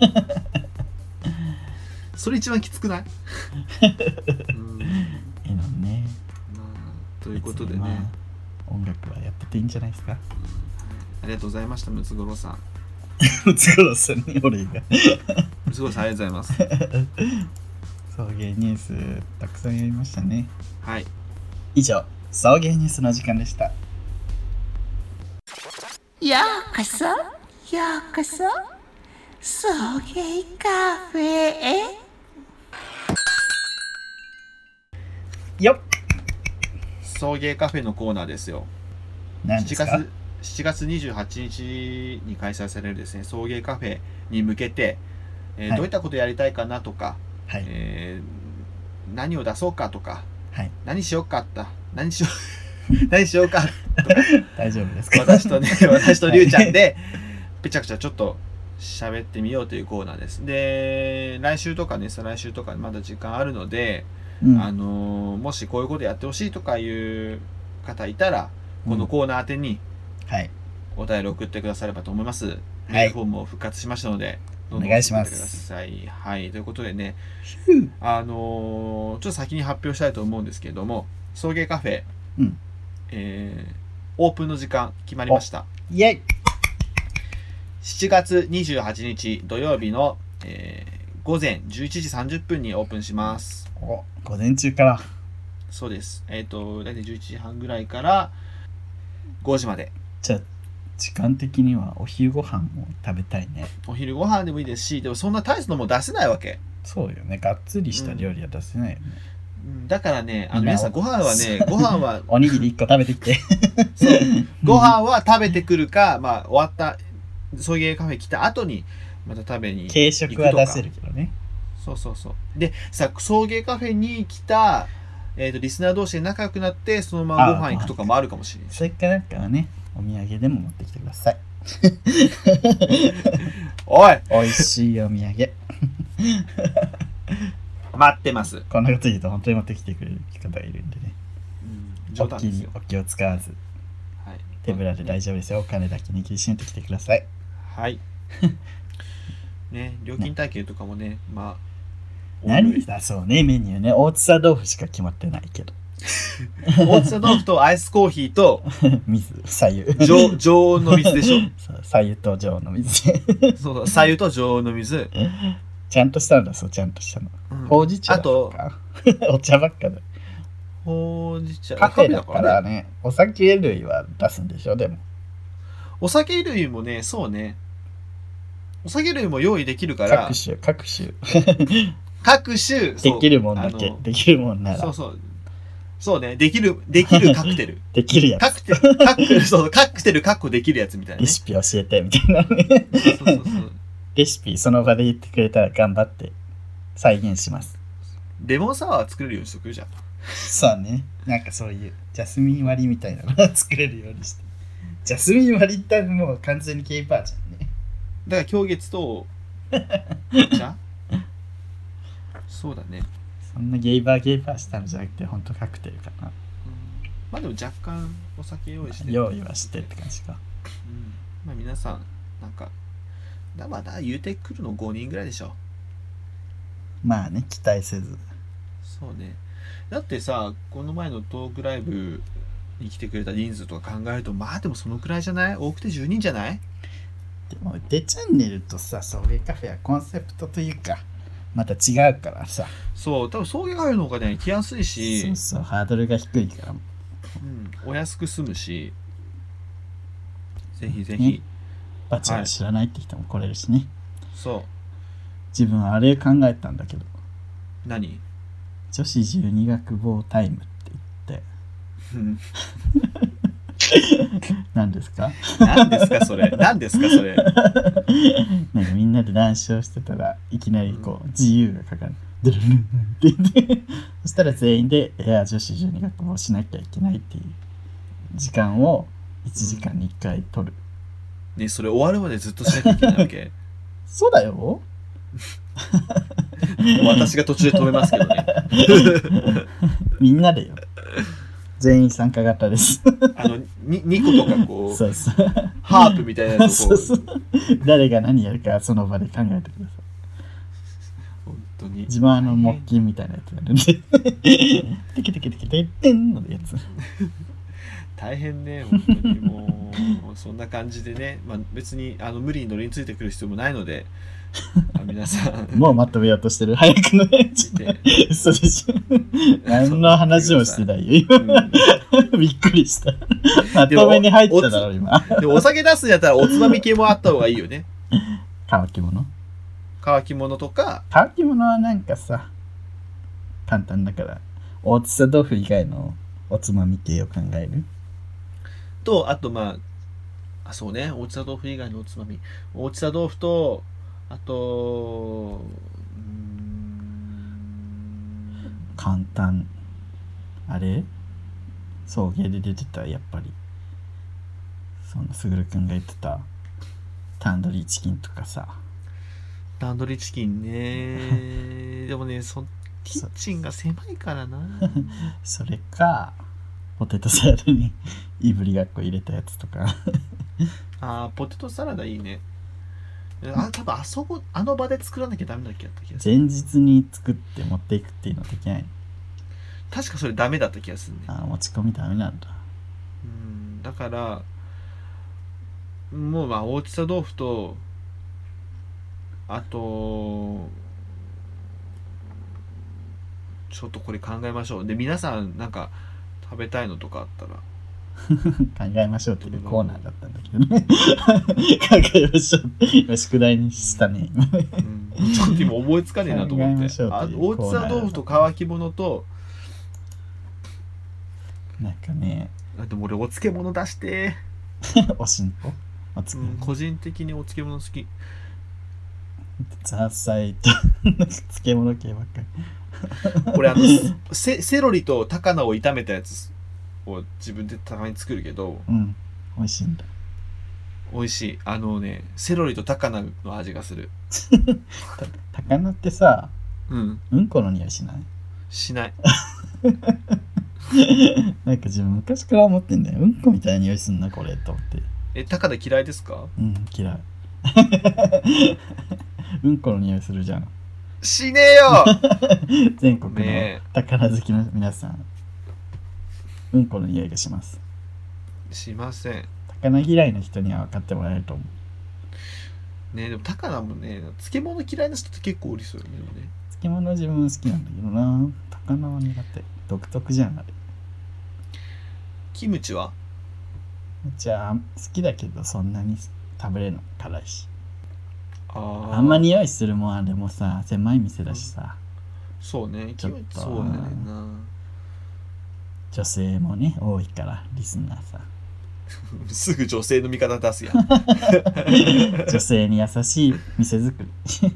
それ一番きつくない？ 絵音ね。 ということでね、 音楽はやってていいんじゃないですか。 ありがとうございました、ムツゴロウさん。 ムツゴロウさんに俺が。 ムツゴロウさんありがとうございます。 送迎ニュースたくさんやりましたね。 はい。 以上、送迎ニュースの時間でした。 ようこそ送迎カフェへよっ。 送迎カフェのコーナーですよ。 何ですか ？7月28日に開催されるですね、送迎カフェに向けて、どういったことやりたいかなとか、 何を出そうかとか、 はい、 何しようか何しようかとか大丈夫ですか？ 私とりゅうちゃんでぺちゃくちゃちょっと喋ってみようというコーナーです。で、来週とかね、再来週とかまだ時間あるので、もしこういうことやってほしいとかいう方いたら、このコーナー宛てにお便り送ってくださればと思います。メールフォームも復活しましたので、 お願いします。 送ってください。はい、ということでね、ちょっと先に発表したいと思うんですけれども、送迎カフェ、オープンの時間決まりました。 イエイ 7月28日土曜日の、午前11時30分にオープンします。 午前中から。 そうです。大体11時半ぐらいから5時まで。 じゃあ時間的にはお昼ご飯も食べたいね。 お昼ご飯でもいいですし、でもそんな大したのも出せないわけ。 そうよね。がっつりした料理は出せないよね。 だからね、皆さんご飯はおにぎり1個食べてきてそう、ご飯は食べてくるか、まあ終わった送迎カフェ来た後にまた食べに行くとか。 軽食は出せるけどね。 そうでさ、送迎カフェに来た、リスナー同士で仲良くなってそのままご飯行くとかもあるかもしれない。 それからなんかはね、お土産でも持ってきてくださいおい、 おいしいお土産待ってます。 こんなこと言うと本当に持ってきてくれる方がいるんでね、 冗談ですよ。 お気を使わず、 はい、 手ぶらで大丈夫ですよ。お金だけ握りしめてきてください。 はいね、料金体系とかもね、まあ何だそうね、メニューね、大津さ豆腐しか決まってないけど大津豆腐とアイスコーヒーと水、左右常温の水でしょそう、左右と常温の水そう、左右と常温の水ちゃんとしたんだそう、ちゃんとしたの、ほうじ茶とかお茶ばっかだ。 ほうじ茶カフェだからね、お酒類は出すんでしょ。でもお酒類もね、そうね、お酒類も用意できるから、 各種できるもんだけ、できるもんなら、 そうね、できるカクテルできるやつ、 カクテルカッコできるやつみたいな、ね、 レシピ教えてみたいなねそうレシピその場で言ってくれたら頑張って再現します。 レモンサワー作れるようにしとくじゃん。 そうね、なんかそういうジャスミン割りみたいなのが作れるようにして。ジャスミン割りってもう完全にケイパーじゃんね。 だから狂月とじゃそうだね。 そんなゲイバーしたのじゃなくて本当カクテルかな。 まあでも若干お酒用意して、 用意はしてって感じか。 まあ皆さんなんかまだ言うてくるの5人ぐらいでしょ。 まあね、期待せず。 そうね。だってさ、この前のトークライブに来てくれた人数とか考えると、まあでもそのくらいじゃない？多くて10人じゃない？ でもデチャンネルとさ、送迎カフェはコンセプトというかまた違うからさ。 そう、多分送迎カフェの方がね来やすいし、 そうハードルが低いから、 お安く済むし、ぜひぜひ、 ね、バチェラー知らないって人も来れるしね。 そう。 自分はあれ考えたんだけど。 何？ 女子12学坊タイムって言って何ですか？ 何ですかそれ？何ですかそれ？ なんかみんなで談笑してたらいきなりこう自由がかかる。ドゥルルンって言ってそしたら全員で女子12学坊しなきゃいけないっていう時間を1時間に1回取る。 ね、それ終わるまでずっとしなきゃいけないわけ？ そうだよ。 私が途中で止めますけどね。 みんなでよ。全員参加型です。 2個とかこう、 そうハープみたいなやつをこうそう誰が何やるかその場で考えてください。 本当に。 自分は木琴みたいなやつやるんで。テキテキテキテテンのやつ。 大変ね、本当にもうそんな感じでね、まあ、別に無理に乗りについてくる必要もないので、皆さんもうまとめようとしてる早くのやつ嘘でしょ。何の話もしてないよ今、びっくりした。まとめに入っただろ今。 でもお酒出すんやったらおつまみ系もあった方がいいよね。 乾き物とか。 乾き物はなんかさ簡単だから、大津さ豆腐以外のおつまみ系を考えると、あとまあそうね、大津豆腐以外のおつまみ、大津豆腐と、あと簡単。あれ送迎で出てた、やっぱり。そのすぐるくんが言ってたタンドリーチキンとかさ。 タンドリーチキンね。でもね、キッチンが狭いからな。 それか、ポテトサラダにいぶりがっこ入れたやつとか。 ポテトサラダいいね。多分あの場で作らなきゃダメだっけやった気がする。 前日に作って持っていくっていうのできない。 確かそれダメだった気がするね。 持ち込みダメなんだ。 だからもう大きさ豆腐と、あとちょっとこれ考えましょう。で皆さんなんか食べたいのとかあったら考えましょうっていうコーナーだったんだけどね。考えましょうって宿題にしたね。 ちょっと今思いつかねえなと思って。大きさ豆腐と乾き物と、 なんかね、 でも俺お漬物出しておしんこ、 個人的にお漬物好き。 ザーサイと漬物系ばっかり。 俺セロリと高菜を炒めたやつを自分でたまに作るけど、 美味しいんだ。 美味しい。セロリと高菜の味がする。 高菜ってさ、うんこの匂いしない？ しない。 なんか自分昔から思ってんだよ。うんこみたいな匂いすんなこれと思って。 高菜嫌いですか？ 嫌い。うんこの匂いするじゃん。 しねえよ。 全国の高菜好きの皆さん、うんこの匂いがします。 しません。 高菜嫌いの人には分かってもらえると思うね。でも高菜もね、漬物嫌いな人って結構おりそうよね。 漬物は自分好きなんだけどな。高菜は苦手。独特じゃんあれ。 キムチは？ じゃあ好きだけどそんなに食べれない、辛いし。 あんま匂いするもん。あれもさ、狭い店だしさ。 そうね、 ちょっとそうだねな。 女性もね多いからリスナーさ。 すぐ女性の味方出すやん。 女性に優しい店作り。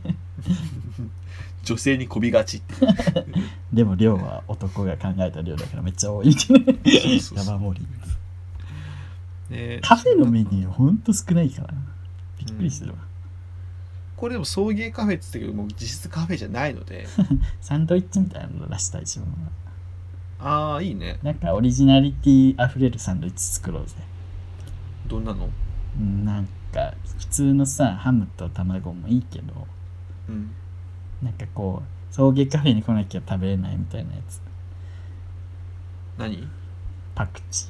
女性にこびがちって。 でも量は男が考えた量だからめっちゃ多いみたいな。山盛り。カフェのメニューほんと少ないからびっくりするわ。 これでも送迎カフェって言ったけど、もう実質カフェじゃないので。 サンドイッチみたいなの出したい自分は。いいね。 なんかオリジナリティあふれるサンドイッチ作ろうぜ。 どんなの？ なんか普通のさ、ハムと卵もいいけど、なんかこう送迎カフェに来なきゃ食べれないみたいなやつ。 何？ パクチ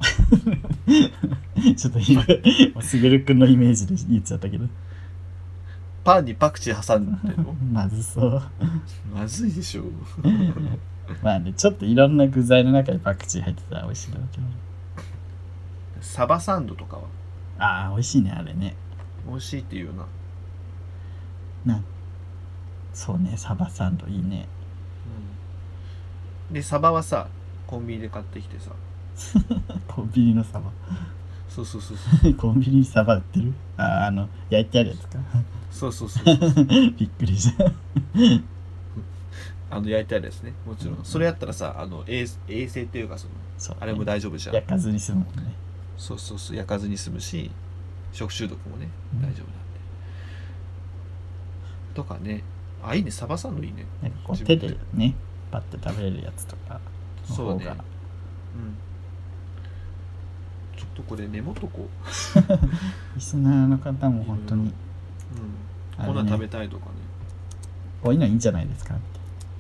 ー。ちょっと今すぐるくんのイメージで言っちゃったけど。 パンにパクチー挟んでるの？ まずそう。 まずいでしょ。 まあね、ちょっといろんな具材の中にパクチー入ってたら美味しいだろうけど。 サバサンドとかは？ 美味しいねあれね。 美味しいっていうよな。そうね、サバサンドいいね。 でサバはさ、コンビニで買ってきてさ。 コンビニのサバ。 そう。 コンビニにサバ売ってる？焼いてあるやつか。 そう。 びっくりした。 焼いてあるやつね。もちろん。それやったらさ、衛生っていうかそう、ね、 あれも大丈夫じゃん。 焼かずに済むもんね。 そう。焼かずに済むし、食中毒もね、大丈夫なんで。とかね。いいね、サバサンドいいね。 なんかこう手でね、パッて食べれるやつとかの方が。そうね。 ちょっとこれメモとこう。リスナーの方も本当に、 こんな食べたいとかね。 こういうのいいんじゃないですかって。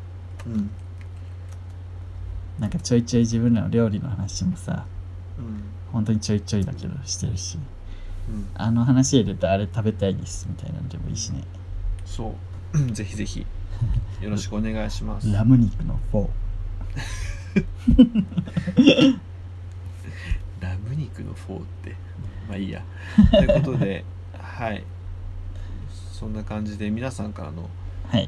なんかちょいちょい自分らの料理の話もさ、本当にちょいちょいだけどしてるし、話入れてあれ食べたいですみたいなのでもいいしね。 そう。ぜひぜひよろしくお願いします。 ラム肉のフォー。ラム肉のフォーってまあいいや。ということで、はい。そんな感じで皆さんからの、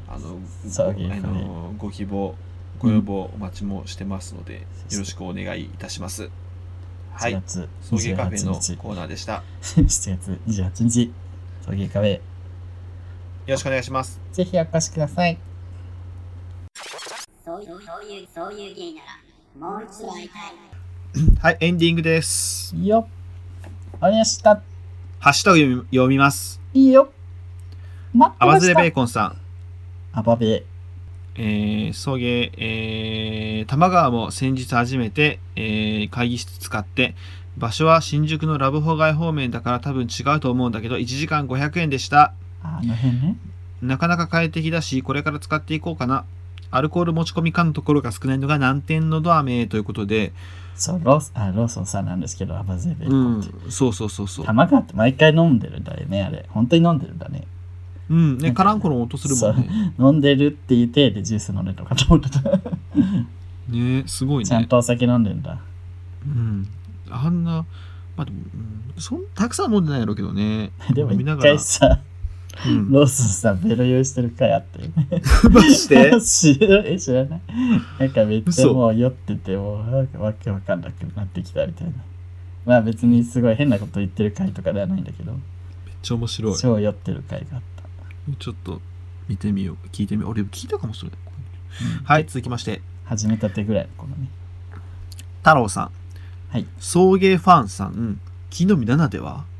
ご希望、ご要望お待ちもしてますので、よろしくお願いいたします。はい。送迎カフェのコーナーでした。 7月28日、送迎カフェ。よろしくお願いします。 ぜひお越しください。 送そういうゲイならもう一度会いたい。 はい、エンディングです。 いいよ。ありました。 ハッシュタグ読みます。 いいよ。待ってました。 アバズレベーコンさん。 アバベ。 送迎、玉川も先日初めて、会議室使って、場所は新宿のラブホ街方面だから多分違うと思うんだけど、1時間500円でした。 あの辺ね。 なかなか快適だし、これから使っていこうかな。アルコール持ち込み可のところが少ないのが難点のど飴ということで、 そう、ローソンさんなんですけど、アバゼベーコンって。 そう。 玉川って毎回飲んでるんだよね、あれ。本当に飲んでるんだね。 ね、カランコロン音するもんね。 飲んでるって言ってでジュース飲んでるのかと思ってた。 ね、すごいね。 ちゃんとお酒飲んでんだ。 あんな、まあでも、たくさん飲んでないやろうけどね。 でも一回さ、ローソンさんベロ用意してる回あったよね。 マジで知らない？なんかめっちゃもう酔ってて、もうわけわかんなくなってきたみたいな。まあ別にすごい変なこと言ってる回とかではないんだけど。めっちゃ面白い。 超酔ってる回があった。 ちょっと見てみよう。聞いてみよう。俺聞いたかもしれない。はい、続きまして。 始めたてぐらいの頃ね。 太郎さん。 はい。 送迎ファンさん。木の実7では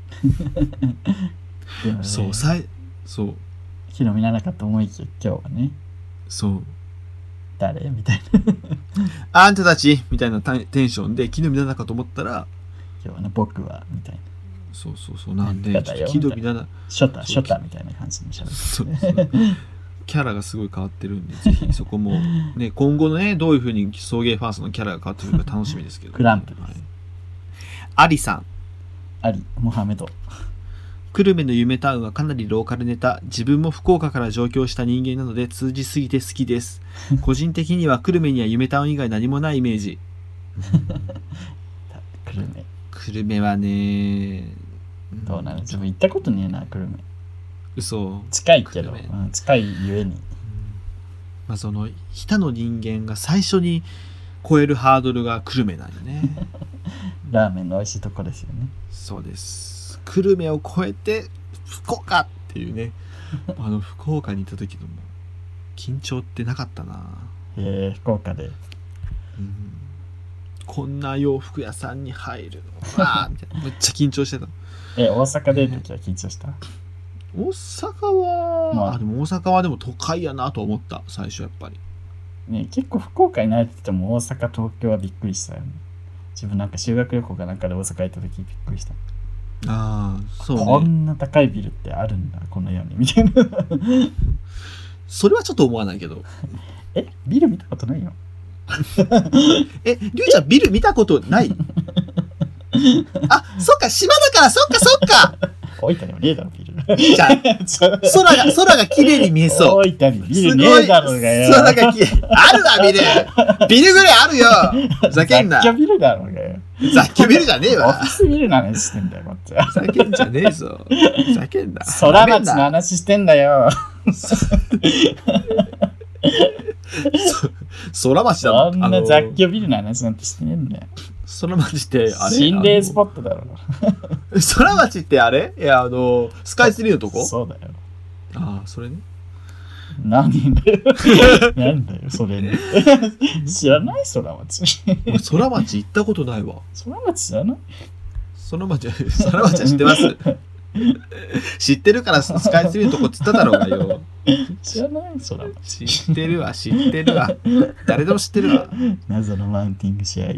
そう。 木の実7かと思いきや今日はね。 そう。 誰みたいな。あんたたちみたいなテンションで木の実7かと思ったら、 今日はね、僕はみたいな。 そうなんで木の実7 ショタみたいな感じのしゃべり。 そうキャラがすごい変わってるんで、ぜひそこもね、今後のね、どういう風に送迎ファーストのキャラが変わってくるか楽しみですけど、 クランプです。 アリさん。 アリ、モハメド。 久留米の夢タウンはかなりローカルネタ。自分も福岡から上京した人間なので通じすぎて好きです。個人的には久留米には夢タウン以外何もないイメージ。久留米はね、 どうなの？自分行ったことねえな、久留米。 嘘。 近いけど、近いゆえに。 まあその日田の人間が最初に超えるハードルが久留米なんよね。 ラーメンの美味しいとこですよね。 そうです。久留米を超えて福岡っていうね。福岡に行った時のも緊張ってなかったな。 福岡で。 こんな洋服屋さんに入るのわーみたいな。めっちゃ緊張してた。 大阪出る時は緊張した？ 大阪は、でも大阪はでも都会やなと思った、最初やっぱり。 ね、結構福岡に慣れてても大阪、東京はびっくりしたよね。自分なんか修学旅行かなんかで大阪行った時びっくりした。 そうね。 こんな高いビルってあるんだ、この世に、みたいな。 それはちょっと思わないけど。 ビル見たことないよ。 りゅうちゃんビル見たことないあ、そっか、島だから、そっか。 大分にもねえだろ、ビル。 いいじゃん。空が綺麗に見えそう。 大分にビルねえだろうがよ。 空が綺麗。あるわ、ビル。ビルぐらいあるよ。ふざけんな。 雑居ビルだろうがよ。 雑居ビルじゃねえわ。 オフィスビルの話してんだよ、こっちは。 ふざけんじゃねえぞ。ふざけんな。 空町の話してんだよ。 空町だそんな雑居ビルの話なんてしてねえんだよ。 空町ってあれ心霊スポットだろ。 空町ってあれ？いや、スカイツリーのとこ？ そうだよ。 ああ、それね。 何だよ。なんだよ、それね。知らない？空町。 空町行ったことないわ。 空町知らない？ 空町は知ってます。知ってるからスカイツリーのとこっつっただろうがよ。 知らない？空町。 知ってるわ。誰でも知ってるわ。 謎のマウンティング試合。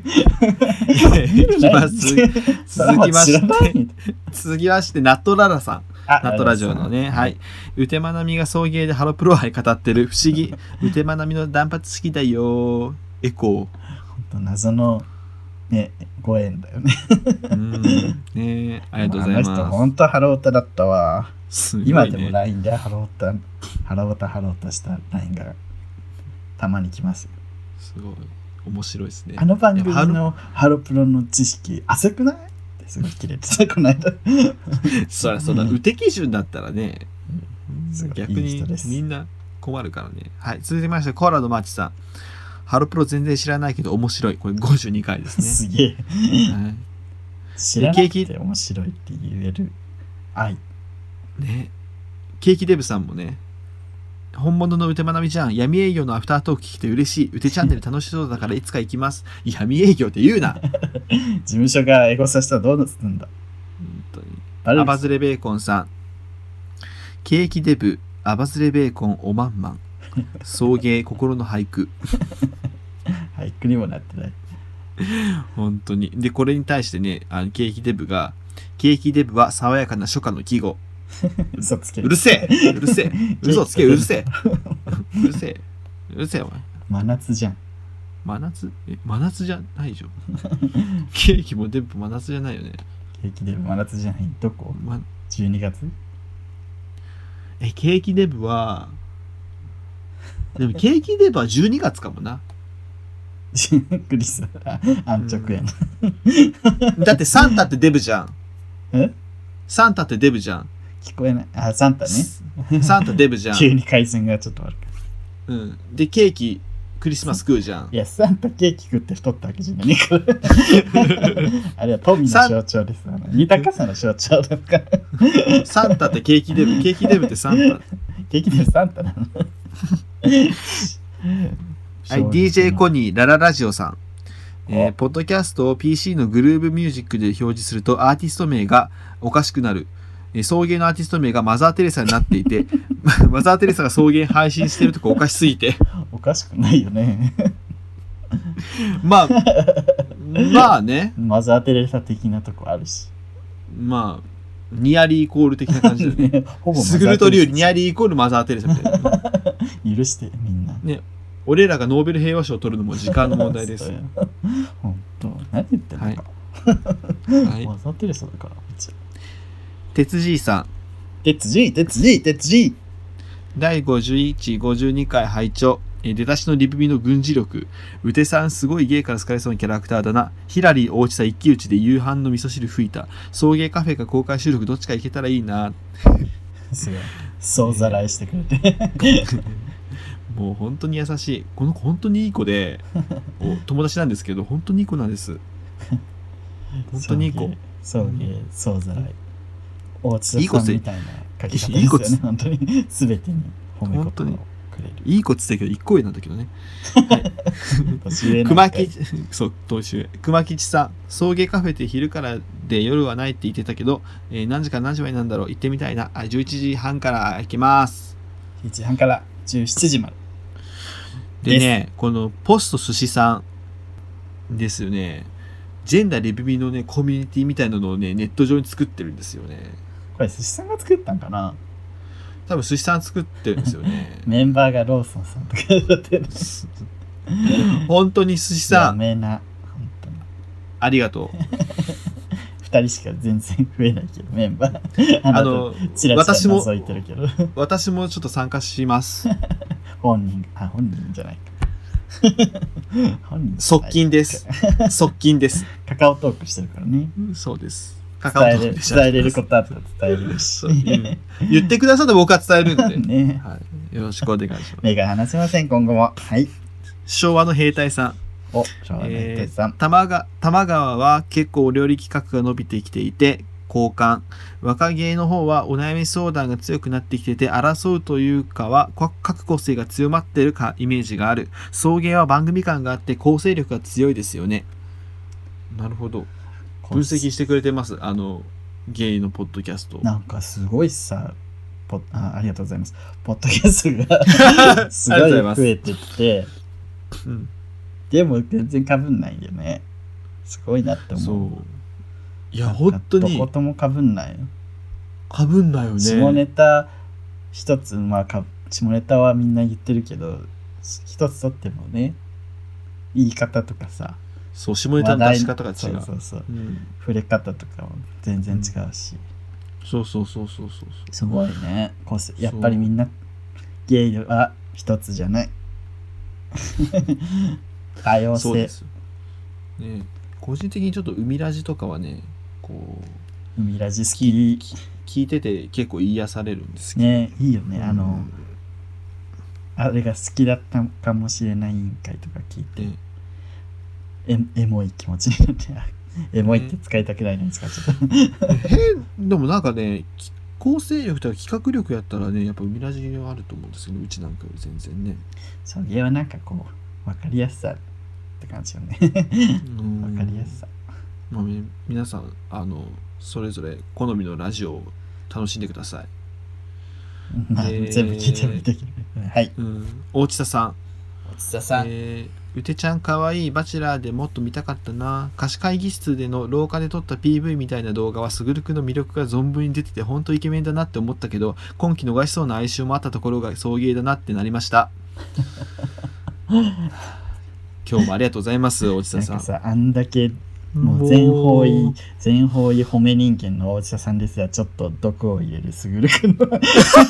続きまして、ナットララさん。ナットラジオのね、はい。ウテマナミが送迎でハロプロ愛語ってる不思議。ウテマナミの断髪好きだよ。エコー。ほんと謎のね、ご縁だよね。 ね、ありがとうございます。 ほんとハロータだったわ。 ね、 今でも LINE でハロータした LINE がたまに来ますよ。 すごい面白いですね。 あの番組のハロプロの知識浅くないってすごい切れてた、この間。 そらウテ基準だったらね、逆にみんな困るからね。はい、続きましてコーラのマーチさん。ハロプロ全然知らないけど面白い。これ52回ですね。 すげえ。はい、知らなくて面白いって言える愛。 ね。ケーキデブさんもね、 本物のうてまなみじゃん。闇営業のアフタートーク聞いて嬉しい。うてチャンネル楽しそうだからいつか行きます。闇営業って言うな。 事務所がエゴサしたらどうするんだ。 本当に。アバズレベーコンさん。ケーキデブ、アバズレベーコンおまんまん。送迎心の俳句。 俳句にもなってない。 本当に。で、これに対してね、ケーキデブが、ケーキデブは爽やかな初夏の季語。 嘘つけ。 うるせえうるせえ嘘つけうるせえうるせえうるせえお前。 真夏じゃん。 真夏じゃないでしょ。ケーキもデブも真夏じゃないよね。 ケーキデブ真夏じゃない。どこ、12月ケーキデブは、でもケーキデブは12月かもな。 クリス安直やな、 だってサンタってデブじゃん。 えサンタってデブじゃん。 聞こえない。あ、サンタね。 サンタデブじゃん。 急に回線がちょっと悪く。 うん。で、ケーキ、クリスマス食うじゃん。 いや、サンタケーキ食って太ったわけじゃないから。あれは富の象徴です。豊かさの象徴だから。 サンタってケーキデブ。ケーキデブってサンタ。 ケーキデブサンタなの。 はい、DJ コニー、ラララジオさん。ポッドキャストを PC のグルーブミュージックで表示するとアーティスト名がおかしくなる。送迎のアーティスト名がマザー・テレサになっていて、マザー・テレサが送迎配信してるとこおかしすぎて。 おかしくないよね。 まあね。 マザー・テレサ的なとこあるし。 まあ、ニアリーイコール的な感じだよね。 ほぼスグルトリュウニアリーイコールマザー・テレサみたいな。 許してみんな。 ね。俺らがノーベル平和賞を取るのも時間の問題です。 本当。何言ってんのか。 はい。 マザー・テレサだから。 鉄じいさん。 鉄じい。 第51、52回拝聴。出だしのリブミの軍事力。うてさんすごいゲイから好かれそうなキャラクターだな。ヒラリー大地さ一騎打ちで夕飯の味噌汁吹いた。送迎カフェか公開収録どっちか行けたらいいな。 すごい。総ざらいしてくれて。 もう本当に優しい。この子本当にいい子で、友達なんですけど、本当にいい子なんです。本当にいい子。 総ざらい。大地さんみたいな書き方ですよね。本当に全てに褒め言葉をくれる。 いい子って言ってたけど、一個上なんだけどね。熊吉さん、送迎カフェって昼からで夜はないって言ってたけど、何時から何時までなんだろう、行ってみたいな。11時半から行きます。 11時半から17時まで。でね、このポスト寿司さんですよね。ジェンダーレビューのね、コミュニティみたいなのをね、ネット上に作ってるんですよね。 これ寿司さんが作ったんかな。 多分寿司さん作ってるんですよね。 メンバーがローソンさんとかだってる。 本当に寿司さん。 やめな。本当に。 ありがとう。 2人しか全然増えないけど、メンバー。チラチラ覗いてるけど。 私もちょっと参加します。 本人じゃないか。 側近です。側近です。 カカオトークしてるからね。 そうです。 伝えれることあったら伝えるし。 言ってくださったら僕は伝えるんで。 ね、 はい。よろしくお願いします。 目が離せません、今後も。はい。 昭和の兵隊さん。 昭和の兵隊さん。 玉川は結構お料理企画が伸びてきていて、好感。若芸の方はお悩み相談が強くなってきてて、争うというかは各個性が強まってるかイメージがある。送迎は番組感があって構成力が強いですよね。なるほど。分析してくれてます。ゲイのポッドキャスト。 なんかすごいさ、ありがとうございます。ポッドキャストがすごい増えてきて、 うん、 でも全然かぶんないよね。すごいなって思う。 そう。いや、本当に。 どこともかぶんないよ。 かぶんないよね。 下ネタ一つ、下ネタはみんな言ってるけど、一つとってもね、言い方とかさ、 そう、下ネタの出し方が違う。 そう、うん、触れ方とかも全然違うし、 そうすごいね。やっぱりみんなゲイは一つじゃない。多様性。そうです、 ね。個人的にちょっと海ラジとかはね、こう海ラジ好き聞いてて結構癒されるんですけどね。いいよね。あれが好きだったかもしれない委員会とか聞いて、エモい気持ちになって、エモいって使いたくないのに使っちゃった。 でもなんかね、 構成力とか企画力やったらね、やっぱ海ラジがあると思うんですけど、うちなんかより全然ね。 送迎はなんかこう分かりやすさって感じよね。分かりやすさ。 まあ、皆さんそれぞれ好みのラジオを楽しんでください。 まあ、全部聞いてもいいけどね。はい。 大地田さん。 大地田さん。 うてちゃんかわいい、バチェラーでもっと見たかったな。貸し会議室での廊下で撮った PV みたいな動画はすぐるくんの魅力が存分に出てて本当イケメンだなって思ったけど、今季逃しそうな哀愁もあったところが送迎だなってなりました。今日もありがとうございます、大地田さん。 なんかさ、あんだけもう全方位褒め人間の大地田さんですが、ちょっと毒を入れるすぐるくんの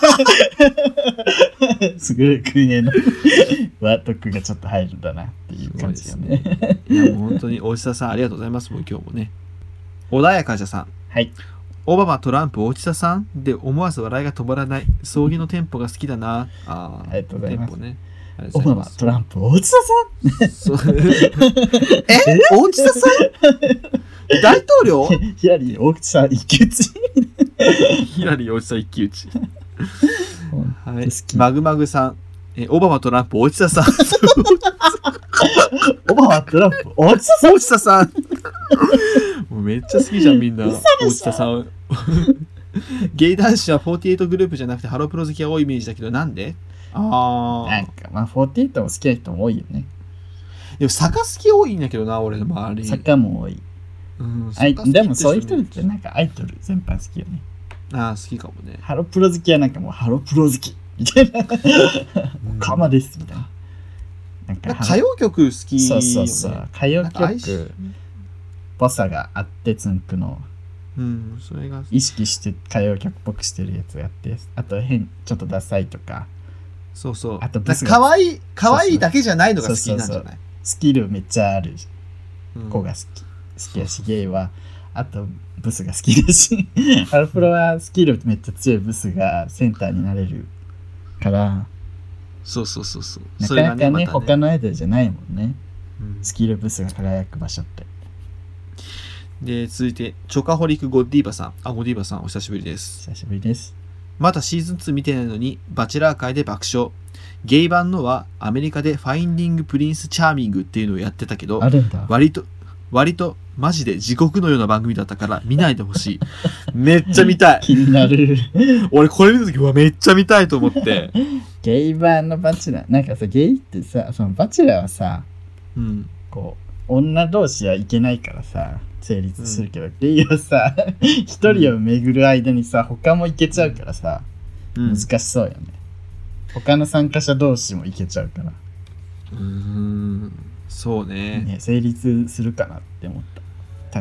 すぐるくんへのは毒がちょっと入るんだなっていう感じよね。 いやもう本当に大地田さんありがとうございます。もう今日もね。穏やかじゃさん。 はい。 オバマ、トランプ、大地田さんで思わず笑いが止まらない。葬儀のテンポが好きだな。 ありがとうございます。 テンポね。 オバマ、トランプ、大地田さん大地田さん大統領ヒラリー、大地さん一騎打ちヒラリー、大地さん一騎打ちはい。マグマグさん。オバマ、トランプ、大地田さんオバマ、トランプ、大地田さんもうめっちゃ好きじゃんみんな。大地田さんゲイ男子は48グループじゃなくてハロプロ好きが多いイメージだけどなんで？ なんかまあ48も好きな人も多いよね。 でも坂好き多いんだけどな、俺の周り。 坂も多い。でもそういう人ってなんかアイドル全般好きよね。 好きかもね。 ハロプロ好きはなんかもうハロプロ好きみたいな。カマですみたいな。 なんか歌謡曲好きよね。 そう歌謡曲ぽさがあってつんくの。 それが意識して歌謡曲っぽくしてるやつをやって、あとちょっとダサいとか。 そうそう。 あとかわいいだけじないのが好きなんじゃない？ スキルめっちゃある子が好きやし、ゲイはあとブスが好きだしハロプロはスキルめっちゃ強いブスがセンターになれるから、 そうなかなかね他のアイドルじゃないもんね、スキルブスが輝く場所って。 で続いてチョカホリックゴディーバさん。ゴディーバさんお久しぶりです。 久しぶりです。 まだシーズン2見てないのにバチェラー界で爆笑。ゲイ版のはアメリカでファインディングプリンスチャーミングっていうのをやってたけど、 あるんだ。 割とマジで地獄のような番組だったから見ないでほしい。めっちゃ見たい。 気になる。 俺これ見た時めっちゃ見たいと思って。 ゲイ版のバチェラーなんかさ、ゲイってさ、そのバチェラーはさ、こう女同士はいけないからさ成立するけど、ゲイはさ一人を巡る間にさ他もいけちゃうからさ、難しそうよね。他の参加者同士もいけちゃうから。 そうね。 成立するかなって思った。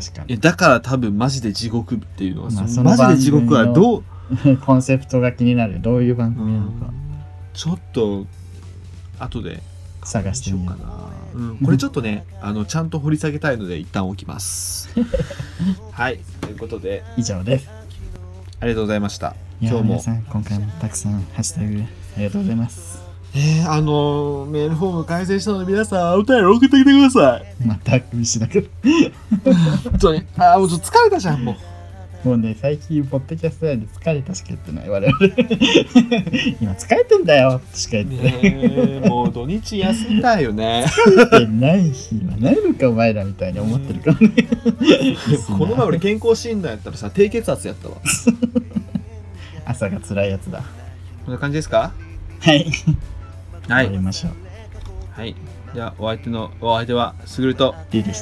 確かに。 だから多分マジで地獄っていうのは、マジで地獄はどうコンセプトが気になる。どういう番組なのか。 ちょっと後で探してみようかな。これちょっとねちゃんと掘り下げたいので一旦置きますはい、ということで以上です。 ありがとうございました。 今日も皆さん今回もたくさんハッシュタグありがとうございます。 メールフォーム改善したので皆さんお便り送ってきてください。 また苦しだけど本当にもうちょっと疲れたじゃん。もうね、最近ポッドキャストで疲れたしか言ってない我々今疲れてんだよしか言ってない。 もう土日休みたいよね。 疲れてない日はないのかお前らみたいに思ってるからねこの前俺健康診断やったらさ低血圧やったわ朝が辛いやつだ。 こんな感じですか？ はいはい、 終わりましょう。 はい、じゃあお相手はすぐるとリでした。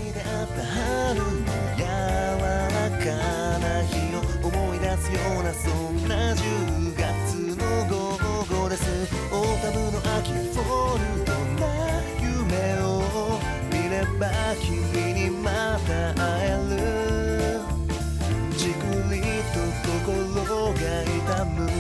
君にまた会える。じくりと心が痛む。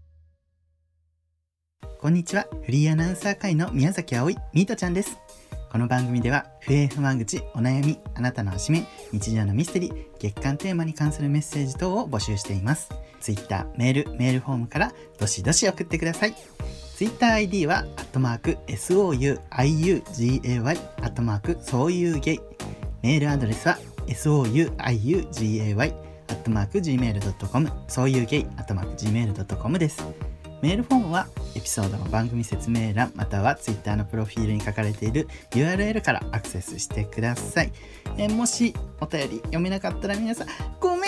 こんにちは。フリーアナウンサー界の宮崎あおい、ミートちゃんです。 この番組では不平不満口、お悩み、あなたのおしめ、日常のミステリー、月間テーマに関するメッセージ等を募集しています。Twitter、メールフォームからどしどし送ってください。Twitter ID は@souiugay、そういうゲイ。メールアドレスはsouiugay@gmail.com、そういうゲイ@gmail.com です。メールフォームはエピソードの番組説明欄または Twitter のプロフィールに書かれている URL からアクセスしてください。もしお便り読めなかったら皆さんごめん